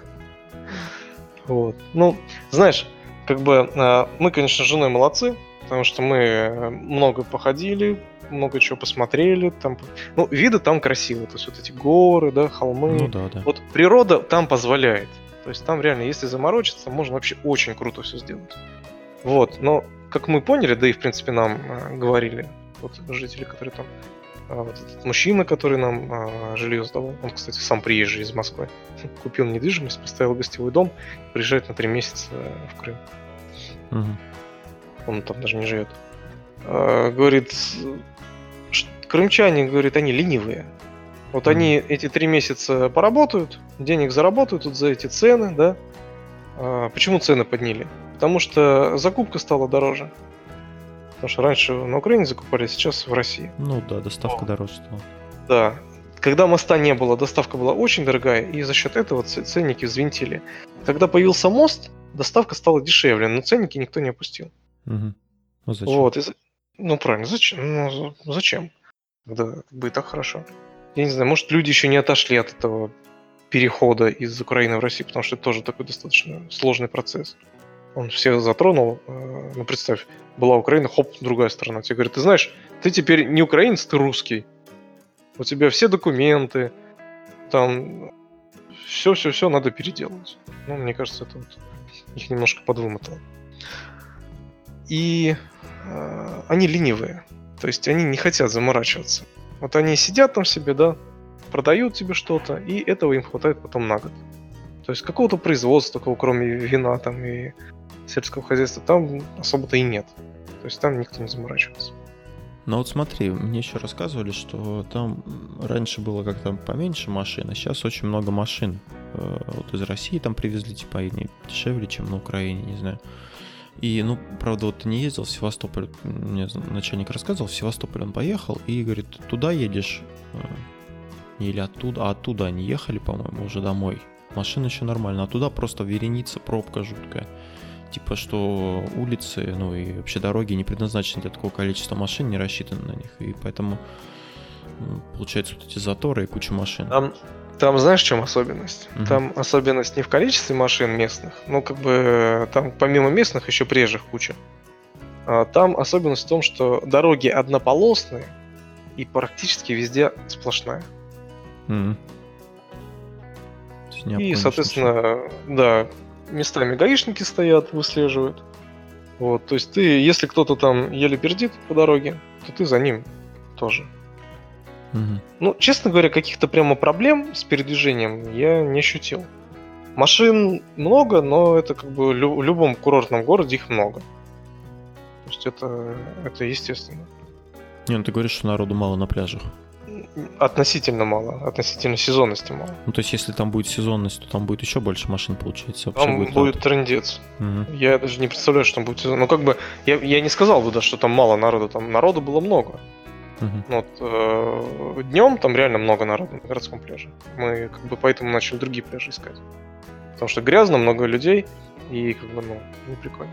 Вот. Ну, знаешь, как бы мы, конечно, с женой молодцы, потому что мы много походили, много чего посмотрели. Там, ну, виды там красивые, то есть вот эти горы, да, холмы. Ну да, да. Вот природа там позволяет. То есть там реально, если заморочиться, можно вообще очень круто все сделать. Вот, но как мы поняли, да и в принципе нам говорили вот жители, которые там, вот этот мужчина, который нам жилье сдавал, он, кстати, сам приезжий из Москвы, купил недвижимость, поставил гостевой дом, приезжает на 3 месяца в Крым. Мгм. Он там даже не живет. Говорит, крымчане, говорит, они ленивые. Вот они эти 3 месяца поработают, денег заработают тут за эти цены, да. Почему цены подняли? Потому что закупка стала дороже. Потому что раньше на Украине закупали, сейчас в России. Ну да, доставка дороже стала. Да. Когда моста не было, доставка была очень дорогая, и за счет этого ценники взвинтили. Когда появился мост, доставка стала дешевле, но ценники никто не опустил. Мгм. Ну зачем? Вот. Ну правильно, зачем? Ну, зачем? Когда как бы и так хорошо. Я не знаю, может, люди еще не отошли от этого перехода из Украины в Россию, потому что это тоже такой достаточно сложный процесс. Он всех затронул. Ну, представь, была Украина, хоп, другая страна. Тебе говорят, ты знаешь, ты теперь не украинец, ты русский. У тебя все документы, там все надо переделывать. Ну, мне кажется, это вот их немножко подвымотало. И они ленивые. То есть они не хотят заморачиваться. Вот они сидят там себе, да, продают тебе что-то, и этого им хватает потом на год. То есть какого-то производства такого, кроме вина там и сельского хозяйства, там особо-то и нет. То есть там никто не заморачивается. Ну вот смотри, мне еще рассказывали, что там раньше было как-то поменьше машин, а сейчас очень много машин. Вот из России там привезли, типа, они дешевле, чем на Украине, не знаю. И, ну, правда, вот ты не ездил в Севастополь, мне начальник рассказывал, в Севастополь он поехал и говорит, туда едешь, или оттуда, а оттуда они ехали, по-моему, уже домой. Машина еще нормально, а туда просто вереница, пробка жуткая. Типа, что улицы, ну и вообще дороги не предназначены для такого количества машин, не рассчитаны на них. И поэтому получается вот эти заторы и куча машин. Там знаешь, в чем особенность? Мгм. Там особенность не в количестве машин местных, ну как бы там помимо местных еще приезжих куча. Там особенность в том, что дороги однополосные и практически везде сплошная. Мгм. То есть не И, обгонишь ничего. соответственно, да, местами гаишники стоят, выслеживают. Вот, то есть ты, если кто-то там еле пердит по дороге, то ты за ним тоже. Мгм. Ну, честно говоря, каких-то прямо проблем с передвижением я не ощутил. Машин много, но это как бы в любом курортном городе их много. То есть это естественно. Не, ну ты говоришь, что народу мало на пляжах. Относительно мало, относительно сезонности мало. Ну, то есть, если там будет сезонность, то там будет еще больше машин, получается. Вообще Там будет трындец. Мгм. Я даже не представляю, что там будет сезон. Ну, как бы, я не сказал бы, да, что там мало народу. Там народу было много. Мгм. Вот, днем там реально много народу на городском пляже. Мы как бы поэтому начали другие пляжи искать. Потому что грязно, много людей, и как бы, ну, не прикольно.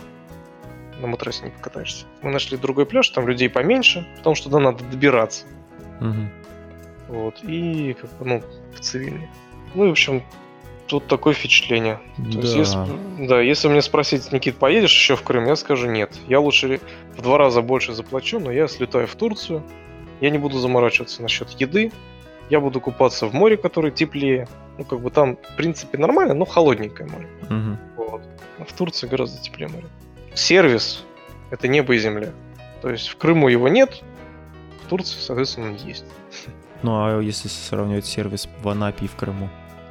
На матрасе не покатаешься. Мы нашли другой пляж, там людей поменьше, потому что туда надо добираться. Мгм. Вот, и как бы, ну, цивильнее. Ну и, в общем, тут такое впечатление. То есть, Да. если мне спросить, Никит, поедешь еще в Крым, я скажу нет. Я лучше в 2 раза больше заплачу, но я слетаю в Турцию. Я не буду заморачиваться насчет еды. Я буду купаться в море, которое теплее. Ну, как бы там, в принципе, нормально, но холодненькое море. Мгм. Вот. А в Турции гораздо теплее море. Сервис – это небо и земля. То есть в Крыму его нет, в Турции, соответственно, он есть. Ну, а если сравнивать сервис в Анапе и в Крыму?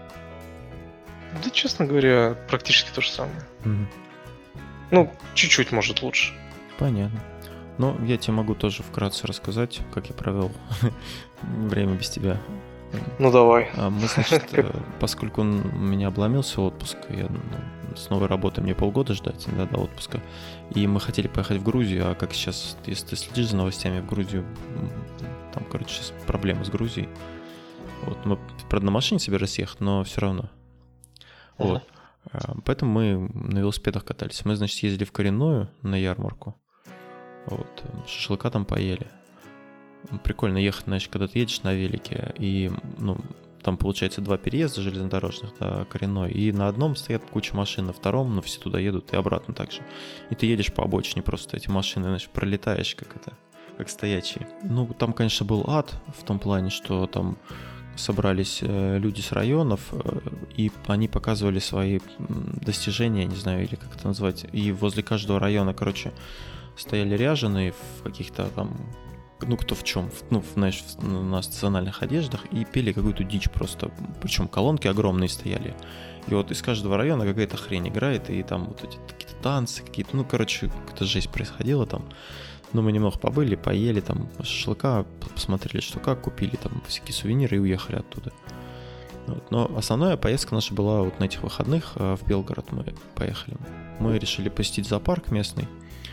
Да, честно говоря, практически то же самое. Мгм. Ну, чуть-чуть, может, лучше. Понятно. Ну, я тебе могу тоже вкратце рассказать, как я провел время без тебя. Ну, давай. Мы, значит, поскольку у меня обломился отпуск, я с новой работы мне полгода ждать, да, до отпуска, и мы хотели поехать в Грузию, а как сейчас, если ты следишь за новостями в Грузию, там, короче, сейчас проблемы с Грузией. Вот, мы, правда, на машине собирались ехать, но все равно. Вот. Поэтому мы на велосипедах катались. Мы, значит, ездили в Коренную на ярмарку. Вот. Шашлыка там поели. Прикольно ехать, значит, когда ты едешь на велике, и, ну, там, получается, 2 переезда железнодорожных до Коренной, и на одном стоят куча машин, на втором, ну, все туда едут, и обратно так же. И ты едешь по обочине просто, эти машины, значит, пролетаешь, как стоячие. Ну, там, конечно, был ад в том плане, что там собрались люди с районов, и они показывали свои достижения, не знаю, или как это назвать, и возле каждого района, короче, стояли ряженые в каких-то там, ну, кто в чем, ну, знаешь, на национальных одеждах, и пели какую-то дичь просто, причем колонки огромные стояли, и вот из каждого района какая-то хрень играет, и там вот эти какие-то танцы, какие-то, ну, короче, какая-то жесть происходила там. Ну, мы немного побыли, поели там шашлыка, посмотрели, что как, купили там всякие сувениры и уехали оттуда. Вот. Но основная поездка наша была вот на этих выходных в Белгород мы поехали. Мы решили посетить зоопарк местный,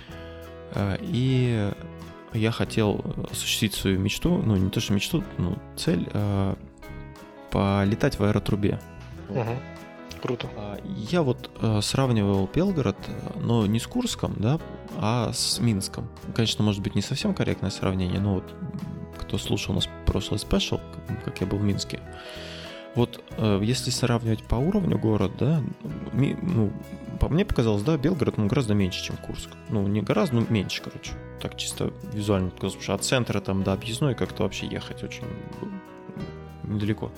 и я хотел осуществить свою мечту, ну, не то что мечту, ну, цель, полетать в аэротрубе. Угу. Круто. Я вот сравнивал Белгород, но не с Курском, да, а с Минском. Конечно, может быть, не совсем корректное сравнение, но вот кто слушал у нас прошлый спешл, как я был в Минске, вот если сравнивать по уровню город, да, ну, по мне показалось, да, Белгород, ну, гораздо меньше, чем Курск. Ну, не гораздо, но меньше, короче. Так чисто визуально показалось, потому что от центра там до объездной как-то вообще ехать очень недалеко.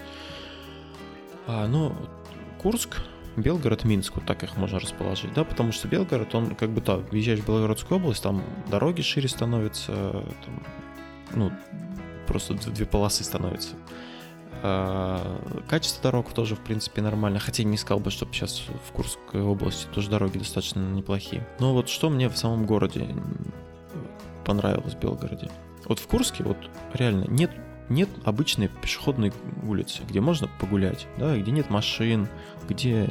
Но Курск, Белгород, Минск, вот так их можно расположить, да, потому что Белгород, он как бы, да, въезжаешь в Белгородскую область, там дороги шире становятся, там, ну, просто 2 полосы становятся. Качество дорог тоже, в принципе, нормально, хотя не сказал бы, чтобы сейчас в Курской области тоже дороги достаточно неплохие. Но вот что мне в самом городе понравилось в Белгороде. Вот в Курске вот реально нет обычной пешеходной улицы, где можно погулять, да, где нет машин, где,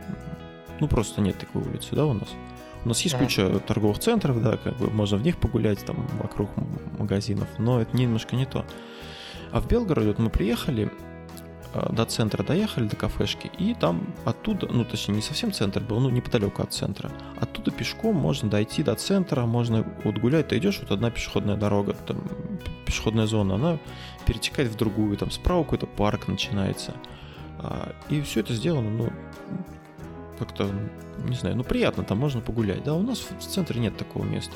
ну просто нет такой улицы, да, у нас. У нас есть куча торговых центров, да, как бы можно в них погулять, там, вокруг магазинов, но это немножко не то. А в Белгороде вот мы приехали, до центра доехали, до кафешки, и там оттуда, ну, точнее, не совсем центр был, ну, неподалеку от центра, оттуда пешком можно дойти до центра, можно вот гулять, ты идешь, вот одна пешеходная дорога, там, пешеходная зона, она перетекает в другую, там, справа какой-то парк начинается, и все это сделано, ну, как-то, не знаю, ну, приятно, там можно погулять, да, у нас в центре нет такого места.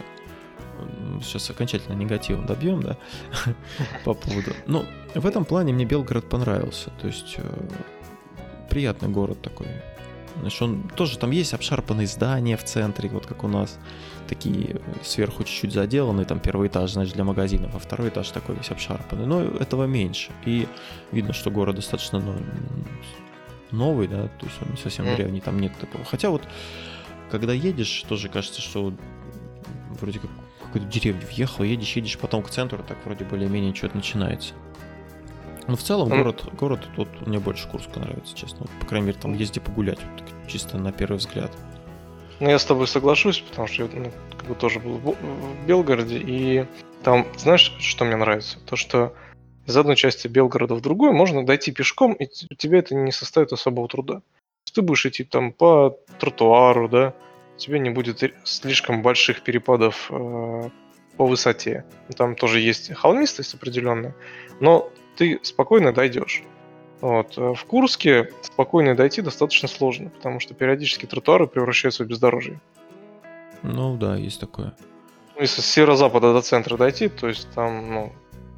Сейчас окончательно негативом добьем, да, по поводу... Ну, в этом плане мне Белгород понравился, то есть приятный город такой. Значит, он тоже, там есть обшарпанные здания в центре, вот как у нас, такие сверху чуть-чуть заделанные, там первый этаж, значит, для магазинов, а второй этаж такой весь обшарпанный, но этого меньше, и видно, что город достаточно, ну, новый, да, то есть он не совсем древний, там нет такого. Хотя вот, когда едешь, тоже кажется, что вроде как какую-то деревню въехал, едешь, потом к центру, так вроде более-менее что-то начинается. Но в целом город тут мне больше Курска нравится, честно. Вот, по крайней мере, там есть где погулять, вот, чисто на первый взгляд. Ну, я с тобой соглашусь, потому что я как бы тоже был в Белгороде, и там, знаешь, что мне нравится? То, что из одной части Белгорода в другую можно дойти пешком, и у тебя это не составит особого труда. Ты будешь идти там по тротуару, да, у тебя не будет слишком больших перепадов по высоте. Там тоже есть холмистость определенная, но ты спокойно дойдешь. Вот. В Курске спокойно дойти достаточно сложно, потому что периодически тротуары превращаются в бездорожье. Ну да, есть такое. Если с северо-запада до центра дойти, то есть там, ну,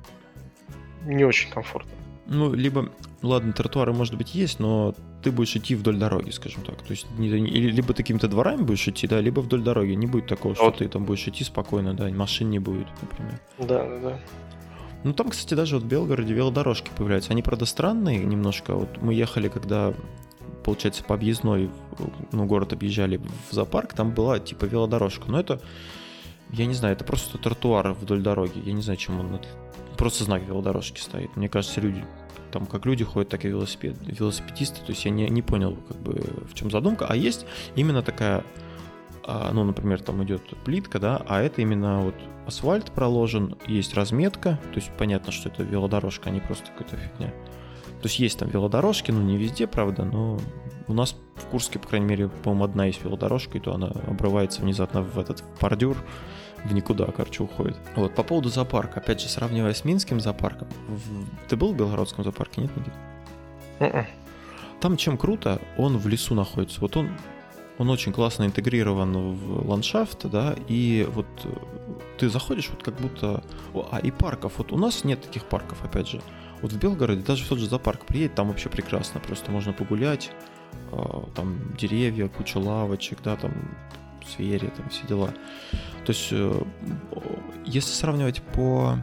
не очень комфортно. Ну, либо, ладно, тротуары, может быть, есть, но ты будешь идти вдоль дороги, скажем так. То есть, либо ты какими-то дворами будешь идти, да, либо вдоль дороги. Не будет такого, что ты там будешь идти спокойно, да, машин не будет, например. Да. Ну, там, кстати, даже вот в Белгороде велодорожки появляются. Они, правда, странные немножко. Вот мы ехали, когда, получается, по объездной, ну, город объезжали в зоопарк, там была, типа, велодорожка. Но это, я не знаю, это просто тротуар вдоль дороги. Я не знаю, чем он... Просто знак велодорожки стоит. Мне кажется, люди... Там как люди ходят, так и велосипедисты. То есть я не понял, как бы, в чем задумка. А есть именно такая... Ну, например, там идет плитка, да, а это именно вот асфальт проложен, есть разметка, то есть понятно, что это велодорожка, а не просто какая-то фигня. То есть есть там велодорожки, ну не везде, правда, но у нас в Курске, по крайней мере, по-моему, одна есть велодорожка, и то она обрывается внезапно в этот бордюр, в никуда, короче, уходит. Вот, по поводу зоопарка, опять же, сравнивая с Минским зоопарком, ты был в Белгородском зоопарке, нет, Никита? Там чем круто, он в лесу находится, вот он очень классно интегрирован в ландшафт, да, и вот ты заходишь, вот как будто... и парков, вот у нас нет таких парков, опять же. Вот в Белгороде даже в тот же зоопарк приедет, там вообще прекрасно, просто можно погулять, там деревья, куча лавочек, да, там звери, там все дела. То есть, если сравнивать по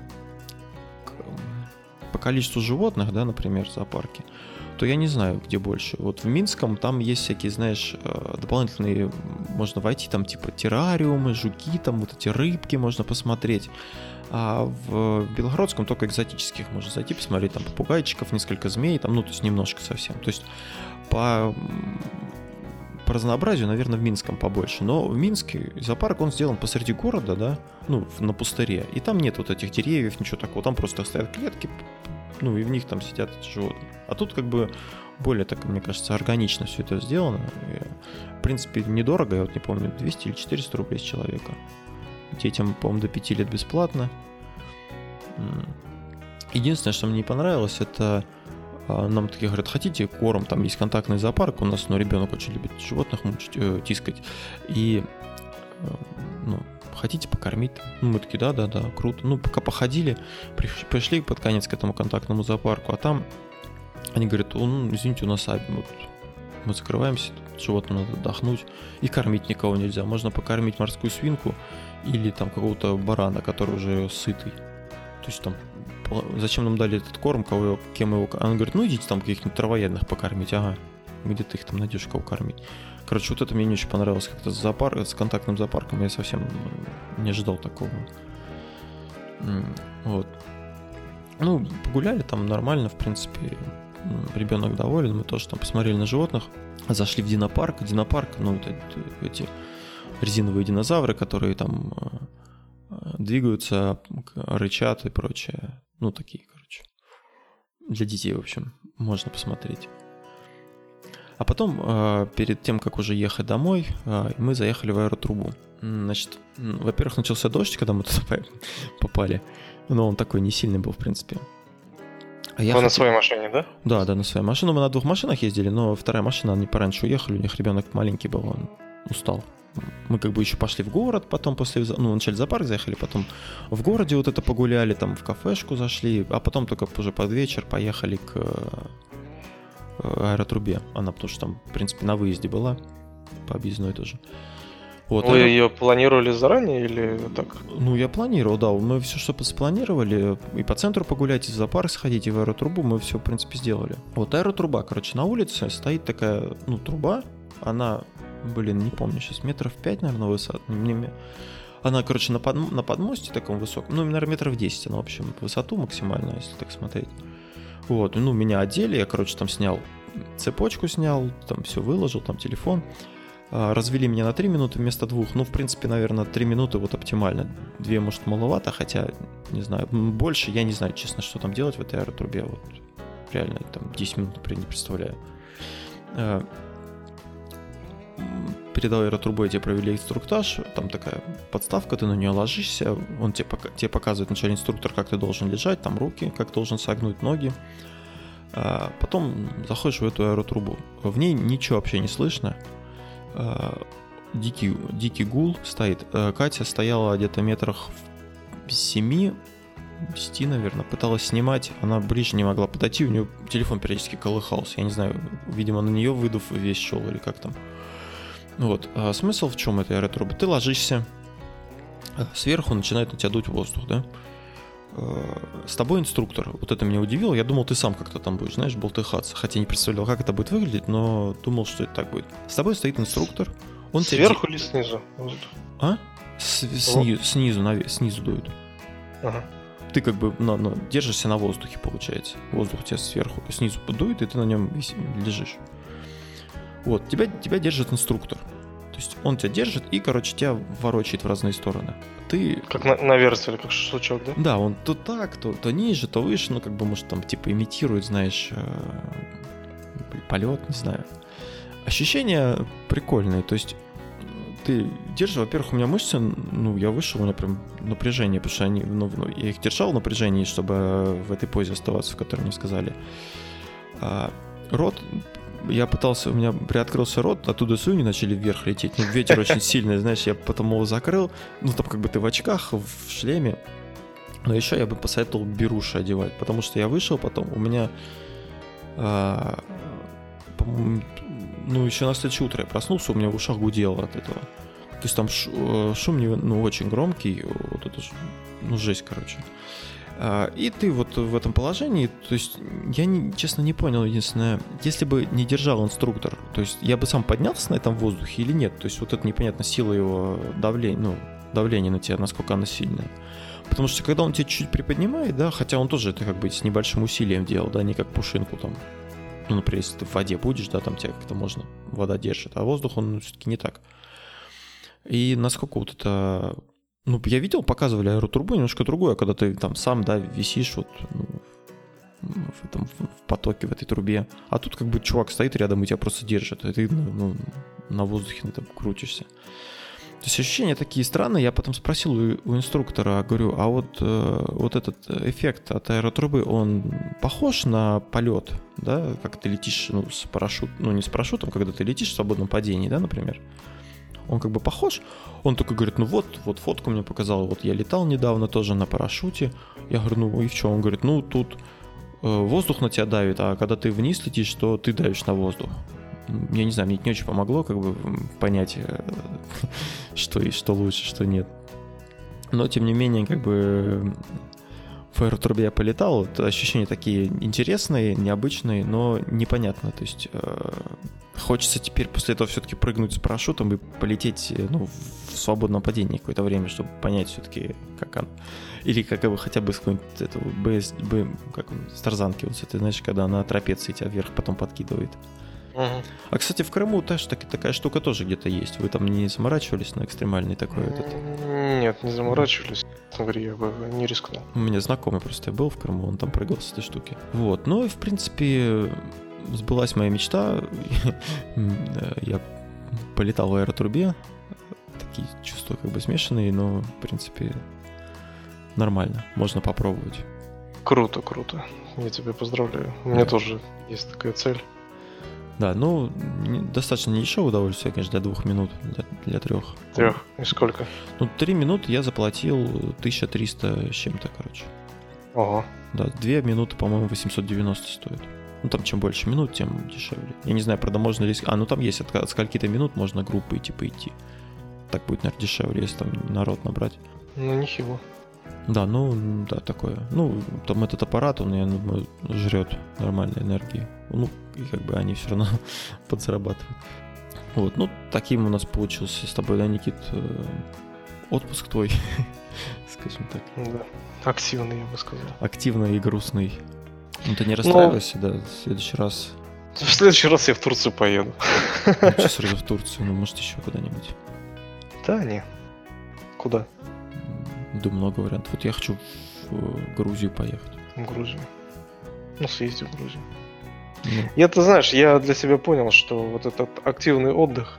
количеству животных, да, например, в зоопарке, то я не знаю, где больше. Вот в Минском там есть всякие, знаешь, дополнительные, можно войти, там типа террариумы, жуки, там вот эти рыбки можно посмотреть. А в Белгородском только экзотических можно зайти, посмотреть, там попугайчиков, несколько змей, там, ну, то есть немножко совсем. То есть по разнообразию, наверное, в Минском побольше. Но в Минске зоопарк, он сделан посреди города, да, ну, на пустыре. И там нет вот этих деревьев, ничего такого. Там просто стоят клетки, ну, и в них там сидят эти животные. А тут как бы более, так, мне кажется, органично все это сделано. И, в принципе, недорого, я вот не помню, 200 или 400 рублей с человека. Детям, по-моему, до 5 лет бесплатно. Единственное, что мне не понравилось, это нам такие говорят, хотите корм, там есть контактный зоопарк у нас, но ребенок очень любит животных мучить, тискать. И, ну, хотите покормить? Ну, мы такие, да, круто. Ну, пока походили, пришли под конец к этому контактному зоопарку, а там они говорят, ну, извините, у нас вот, мы закрываемся, животным надо отдохнуть, и кормить никого нельзя. Можно покормить морскую свинку или там какого-то барана, который уже сытый. То есть там, зачем нам дали этот корм, кем его... Она говорит, ну, идите там каких-нибудь травоядных покормить, ага. Где ты их там найдешь, кого кормить? Короче, вот это мне не очень понравилось, как-то с контактным зоопарком я совсем не ожидал такого. Вот. Ну, погуляли там нормально, в принципе. Ребенок доволен, мы тоже там посмотрели на животных. Зашли в динопарк. Динопарк, ну, это эти резиновые динозавры, которые там двигаются, рычат и прочее. Ну, такие, короче. Для детей, в общем, можно посмотреть. А потом, перед тем, как уже ехать домой, мы заехали в аэротрубу. Значит, во-первых, начался дождь, когда мы туда попали. Но он такой не сильный был, в принципе. Вы на своей машине, да? Да, на своей машине. Мы на 2 машинах ездили, но вторая машина, они пораньше уехали, у них ребенок маленький был, он устал. Мы как бы еще пошли в город, потом вначале в зоопарк заехали, потом в городе вот это погуляли, там в кафешку зашли, а потом только уже под вечер поехали к аэротрубе. Она, потому что там, в принципе, на выезде была, по объездной тоже. Вот, вы ее планировали заранее или так? Ну, я планировал, да. Мы все, что спланировали, и по центру погулять, и в зоопарк сходить, и в аэротрубу, мы все, в принципе, сделали. Вот аэротруба, короче, на улице стоит такая, ну, труба, она, не помню сейчас, 5 метров, наверное, высота. Она, короче, на подмосте таком высоком, ну, наверное, 10 метров она, в общем, высоту максимальную, если так смотреть. Вот, ну, меня одели, я, короче, там снял цепочку, там все выложил, там телефон. Развели меня на 3 минуты вместо 2. Ну, в принципе, наверное, 3 минуты вот оптимально. 2, может, маловато, хотя, не знаю, больше я не знаю, честно, что там делать в этой аэротрубе. Вот реально, там 10 минут, например, не представляю. Перед аэротрубой тебе провели инструктаж, там такая подставка, ты на нее ложишься, он тебе показывает вначале инструктор, как ты должен лежать, там руки, как должен согнуть ноги. Потом заходишь в эту аэротрубу. В ней ничего вообще не слышно. Дикий гул стоит. Катя стояла где-то метрах в 7, 10, наверное, пыталась снимать, она ближе не могла подойти, у нее телефон периодически колыхался, я не знаю, видимо, на нее выдув весь шел или как там. Вот, смысл в чем этой аэротрубы? Ты ложишься, сверху начинает на тебя дуть воздух, да? С тобой инструктор, вот это меня удивило, я думал, ты сам как-то там будешь, знаешь, болтыхаться, хотя не представлял, как это будет выглядеть, но думал, что это так будет. С тобой стоит инструктор, он сверху или снизу? А? Снизу дует. Ага. Ты как бы держишься на воздухе, получается. Воздух тебя снизу подует, и ты на нем лежишь. Вот, тебя держит инструктор. То есть он тебя держит и, короче, тебя ворочает в разные стороны. Ты... Как на вертеле, как шашлычок, да? Да, он то так, то ниже, то выше, ну, как бы, может, там, типа, имитирует, знаешь, полет, не знаю. Ощущения прикольные, то есть ты держишь, во-первых, у меня мышцы, я вышел, у меня прям напряжение, потому что я их держал в напряжении, чтобы в этой позе оставаться, в которой мне сказали. Рот... Я пытался, у меня приоткрылся рот, оттуда слюни начали вверх лететь. Ветер очень сильный, знаешь, я потом его закрыл. Там как бы ты в очках, в шлеме. Но еще я бы посоветовал беруши одевать, потому что я вышел потом, у меня, по-моему, еще на следующее утро я проснулся, у меня в ушах гудело от этого. То есть там шум очень громкий, вот это же, жесть, короче. И ты вот в этом положении, то есть я, честно, не понял, единственное, если бы не держал инструктор, то есть я бы сам поднялся на этом воздухе или нет, то есть вот это непонятно, сила его давление на тебя, насколько оно сильное. Потому что когда он тебя чуть-чуть приподнимает, да, хотя он тоже это как бы с небольшим усилием делал, да, не как пушинку там, например, если ты в воде будешь, да, там тебя как-то можно, вода держит, а воздух он все-таки не так. И насколько вот это... я видел, показывали аэротрубу немножко другое, когда ты там сам, да, висишь вот в потоке, в этой трубе. А тут как бы чувак стоит рядом и тебя просто держит, и ты на воздухе там крутишься. То есть ощущения такие странные. Я потом спросил у инструктора, говорю, а вот этот эффект от аэротрубы, он похож на полет, да, как ты летишь с парашютом, не с парашютом, когда ты летишь в свободном падении, да, например. Он как бы похож, он только говорит, вот фотку мне показал, вот я летал недавно тоже на парашюте. Я говорю, и в чем? Он говорит, тут воздух на тебя давит, а когда ты вниз летишь, то ты давишь на воздух. Я не знаю, мне это не очень помогло как бы понять, что лучше, что нет. Но тем не менее, как бы в аэротрубе я полетал, вот ощущения такие интересные, необычные, но непонятно. То есть хочется теперь после этого все-таки прыгнуть с парашютом и полететь в свободном падении какое-то время, чтобы понять все-таки, как оно. Или как бы хотя бы с какой-нибудь этого как он, с тарзанки, вот это, знаешь, когда на трапеции тебя вверх потом подкидывает. А, кстати, в Крыму тоже такая штука тоже где-то есть. Вы там не заморачивались на экстремальный такой этот? Нет, не заморачивались. Я бы не рискнул. У меня знакомый просто был в Крыму, он там прыгал с этой штуки. Вот, ну и в принципе сбылась моя мечта. Я полетал в аэротрубе. Такие чувства как бы смешанные, но в принципе нормально, можно попробовать. Круто. Я тебя поздравляю. У меня тоже есть такая цель. Да, ну, достаточно недешевое удовольствие, конечно, для 2 минут, для 3. 3? И сколько? 3 минуты я заплатил 1300 с чем-то, короче. Ого. Да, 2 минуты, по-моему, 890 стоит. Ну, там чем больше минут, тем дешевле. Я не знаю, правда, можно ли... там есть от скольки-то минут можно группы идти. Так будет, наверное, дешевле, если там народ набрать. Ну, нехило. Да, такое. Там этот аппарат, он, я думаю, жрет нормальной энергии. И как бы они все равно подзарабатывают. Вот, таким у нас получился с тобой, да, Никит, отпуск твой, скажем так. Да, активный, я бы сказал. Активный и грустный. Ты не расстраивайся, да, в следующий раз. В следующий раз я в Турцию поеду. Что сразу в Турцию, может еще куда-нибудь. Да, не. Куда? Да, много вариантов. Вот я хочу в Грузию поехать. В Грузию? Съезди в Грузию. Я-то, знаешь, я для себя понял, что вот этот активный отдых,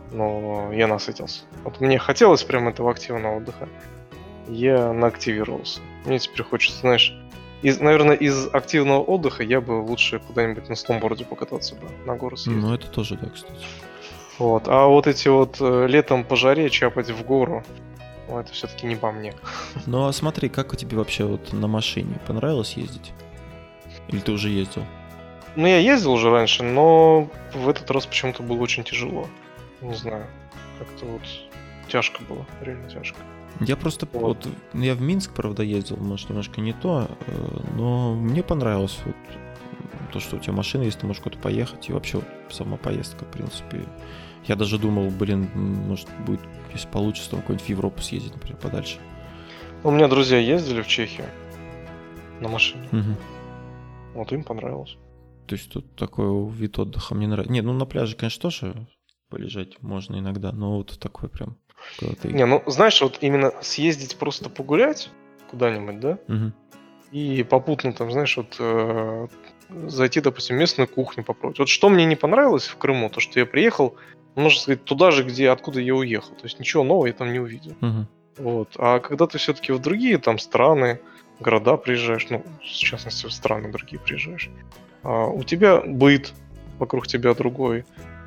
я насытился. Вот мне хотелось прям этого активного отдыха. Я наактивировался. Мне теперь хочется, знаешь, наверное, из активного отдыха я бы лучше куда-нибудь на сноуборде покататься бы, на гору съездить. Это тоже, да, кстати. Вот. А вот эти вот летом по жаре чапать в гору, это все-таки не по мне. А смотри, как у тебя вообще вот на машине? Понравилось ездить? Или ты уже ездил? Я ездил уже раньше, но в этот раз почему-то было очень тяжело. Не знаю, как-то вот тяжко было, реально тяжко. Я просто я в Минск, правда, ездил, может, немножко не то, но мне понравилось вот то, что у тебя машина есть, ты можешь куда-то поехать, и вообще сама поездка, в принципе. Я даже думал, может будет, если получится, там какую-нибудь в Европу съездить, например, подальше. У меня друзья ездили в Чехию на машине. Угу. Вот им понравилось. То есть тут такой вид отдыха мне нравится. На пляже, конечно, тоже полежать можно иногда, но вот такой прям... знаешь, вот именно съездить просто погулять куда-нибудь, да? Угу. И попутно там, знаешь, вот зайти, допустим, в местную кухню попробовать. Вот что мне не понравилось в Крыму, то, что я приехал, можно сказать, туда же, откуда я уехал. То есть ничего нового я там не увидел. Угу. Вот. А когда ты все-таки в другие там страны, города приезжаешь, в частности, в страны другие приезжаешь, у тебя быт вокруг тебя другой,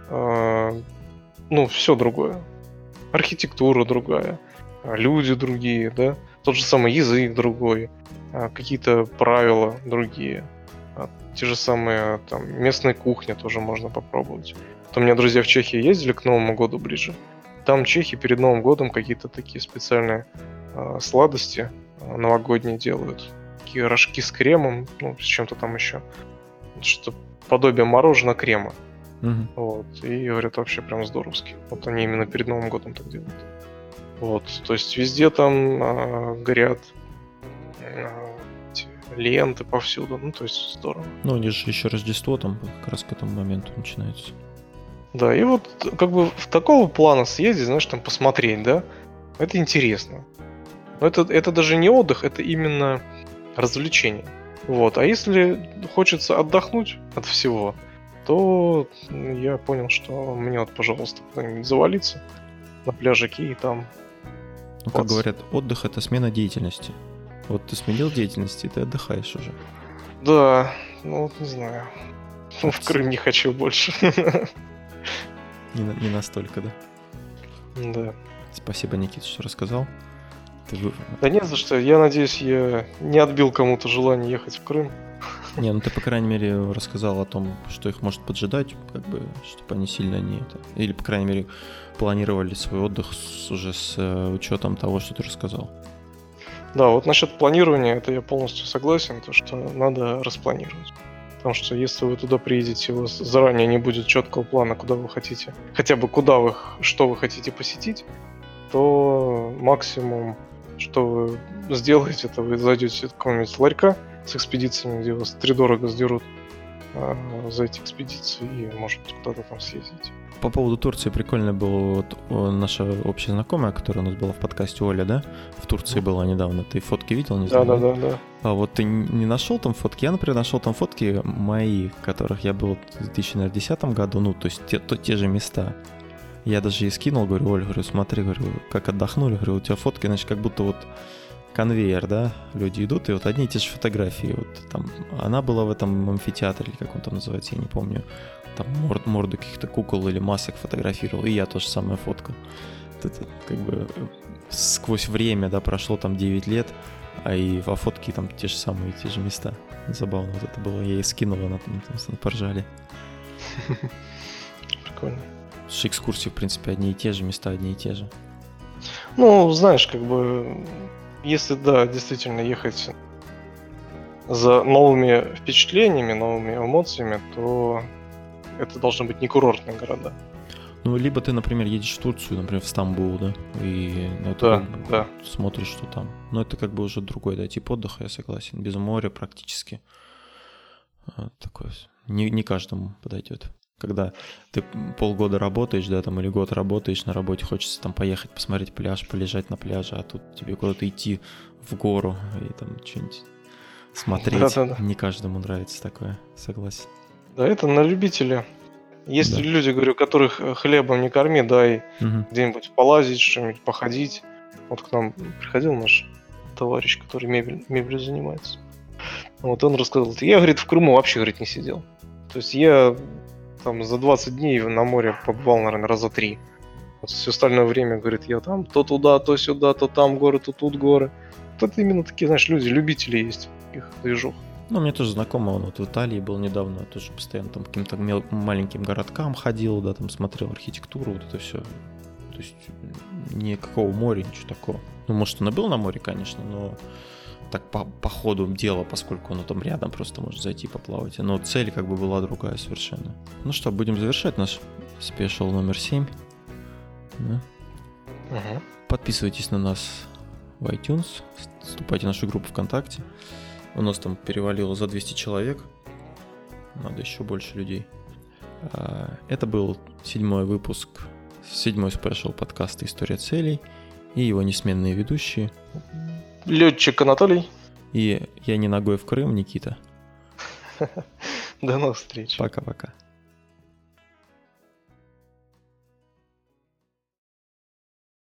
все другое. Архитектура другая, люди другие, да, тот же самый язык другой, какие-то правила другие, те же самые там местная кухня тоже можно попробовать. Вот у меня друзья в Чехии ездили к Новому году ближе, там чехи перед Новым годом какие-то такие специальные сладости новогодние делают, такие рожки с кремом, с чем-то там еще, что подобие мороженого крема. Угу. Вот. И говорят, вообще прям здоровски. Вот они именно перед Новым годом так делают. Вот. То есть везде там горят эти ленты повсюду. То есть здорово. Они же еще Рождество там как раз к этому моменту начинается. Да, и вот как бы в такого плана съездить, знаешь, там посмотреть, да, это интересно. Но это даже не отдых, это именно развлечение. Вот. А если хочется отдохнуть от всего, то я понял, что мне пожалуйста, куда-нибудь завалиться на пляжике и там... как говорят, отдых — это смена деятельности. Вот ты сменил деятельность, и ты отдыхаешь уже. Да, не знаю. В Крым не хочу больше. Не настолько, да? Да. Спасибо, Никита, что рассказал. Да не за что. Я надеюсь, я не отбил кому-то желание ехать в Крым. Ты, по крайней мере, рассказал о том, что их может поджидать, как бы, чтобы они сильно не это... Или, по крайней мере, планировали свой отдых уже с учетом того, что ты рассказал. Да, вот насчет планирования, это я полностью согласен, то что надо распланировать. Потому что если вы туда приедете, у вас заранее не будет четкого плана, куда вы хотите, хотя бы что вы хотите посетить, то максимум, что вы сделаете, это вы зайдете в какого-нибудь ларька с экспедициями, где вас втридорого сдерут за эти экспедиции и, может, куда-то там съездить. По поводу Турции прикольно было, вот наша общая знакомая, которая у нас была в подкасте, Оля, да? В Турции была недавно. Ты фотки видел, не знаю? Да. А вот ты не нашел там фотки? Я, например, нашел там фотки мои, в которых я был в 2010 году, ну, то есть те же места. Я даже ей скинул, говорю, Оль, говорю, смотри, говорю, как отдохнули, говорю, у тебя фотки, значит, как будто вот конвейер, да, люди идут, и вот одни и те же фотографии. Вот там она была в этом амфитеатре, или как он там называется, я не помню. Там морды каких-то кукол или масок фотографировал, и я тоже самое фоткал. Это как бы сквозь время, да, прошло там 9 лет, во фотке там те же самые, те же места. Забавно вот это было. Я ей скинул, она там поржали. Прикольно. С экскурсии, в принципе, одни и те же места, одни и те же. Ну, знаешь, как бы, если, да, действительно ехать за новыми впечатлениями, новыми эмоциями, то это должны быть не курортные города. Ну, либо ты, например, едешь в Турцию, например, в Стамбул, да, и Да. смотришь, что там. Но это как бы уже другой, да, тип отдыха, я согласен. Без моря практически. Такое не каждому подойдет. Когда ты полгода работаешь, да, там, или год работаешь на работе, хочется там поехать, посмотреть пляж, полежать на пляже, а тут тебе куда-то идти в гору и там что-нибудь смотреть. Да. Не каждому нравится такое, согласен. Да, это на любителя. Есть Да. люди, говорю, которых хлебом не корми, дай Мгм. где-нибудь полазить, что-нибудь походить. Вот к нам приходил наш товарищ, который мебелью занимается. Вот он рассказал, я, говорит, в Крыму вообще, говорит, не сидел. То есть я там за 20 дней на море побывал, наверное, раза 3. Вот все остальное время, говорит, я там то туда, то сюда, то там горы, то тут горы. Вот это именно такие, знаешь, люди, любители есть таких движух. Ну, мне тоже знакомый, он вот в Италии был недавно, тоже постоянно там к каким-то маленьким городкам ходил, да, там смотрел архитектуру, вот это все. То есть никакого моря, ничего такого. Ну, может, он и был на море, конечно, но так по ходу дела, поскольку оно там рядом, просто может зайти поплавать. Но цель как бы была другая совершенно. Ну что, будем завершать наш спешл номер 7. Да? Угу. Подписывайтесь на нас в iTunes, вступайте в нашу группу ВКонтакте. У нас там перевалило за 200 человек. Надо еще больше людей. Это был 7-й выпуск, 7-й спешл подкаста «История целей» и его несменные ведущие. Летчик Анатолий. И я не ногой в Крым, Никита. До новых встреч. Пока-пока.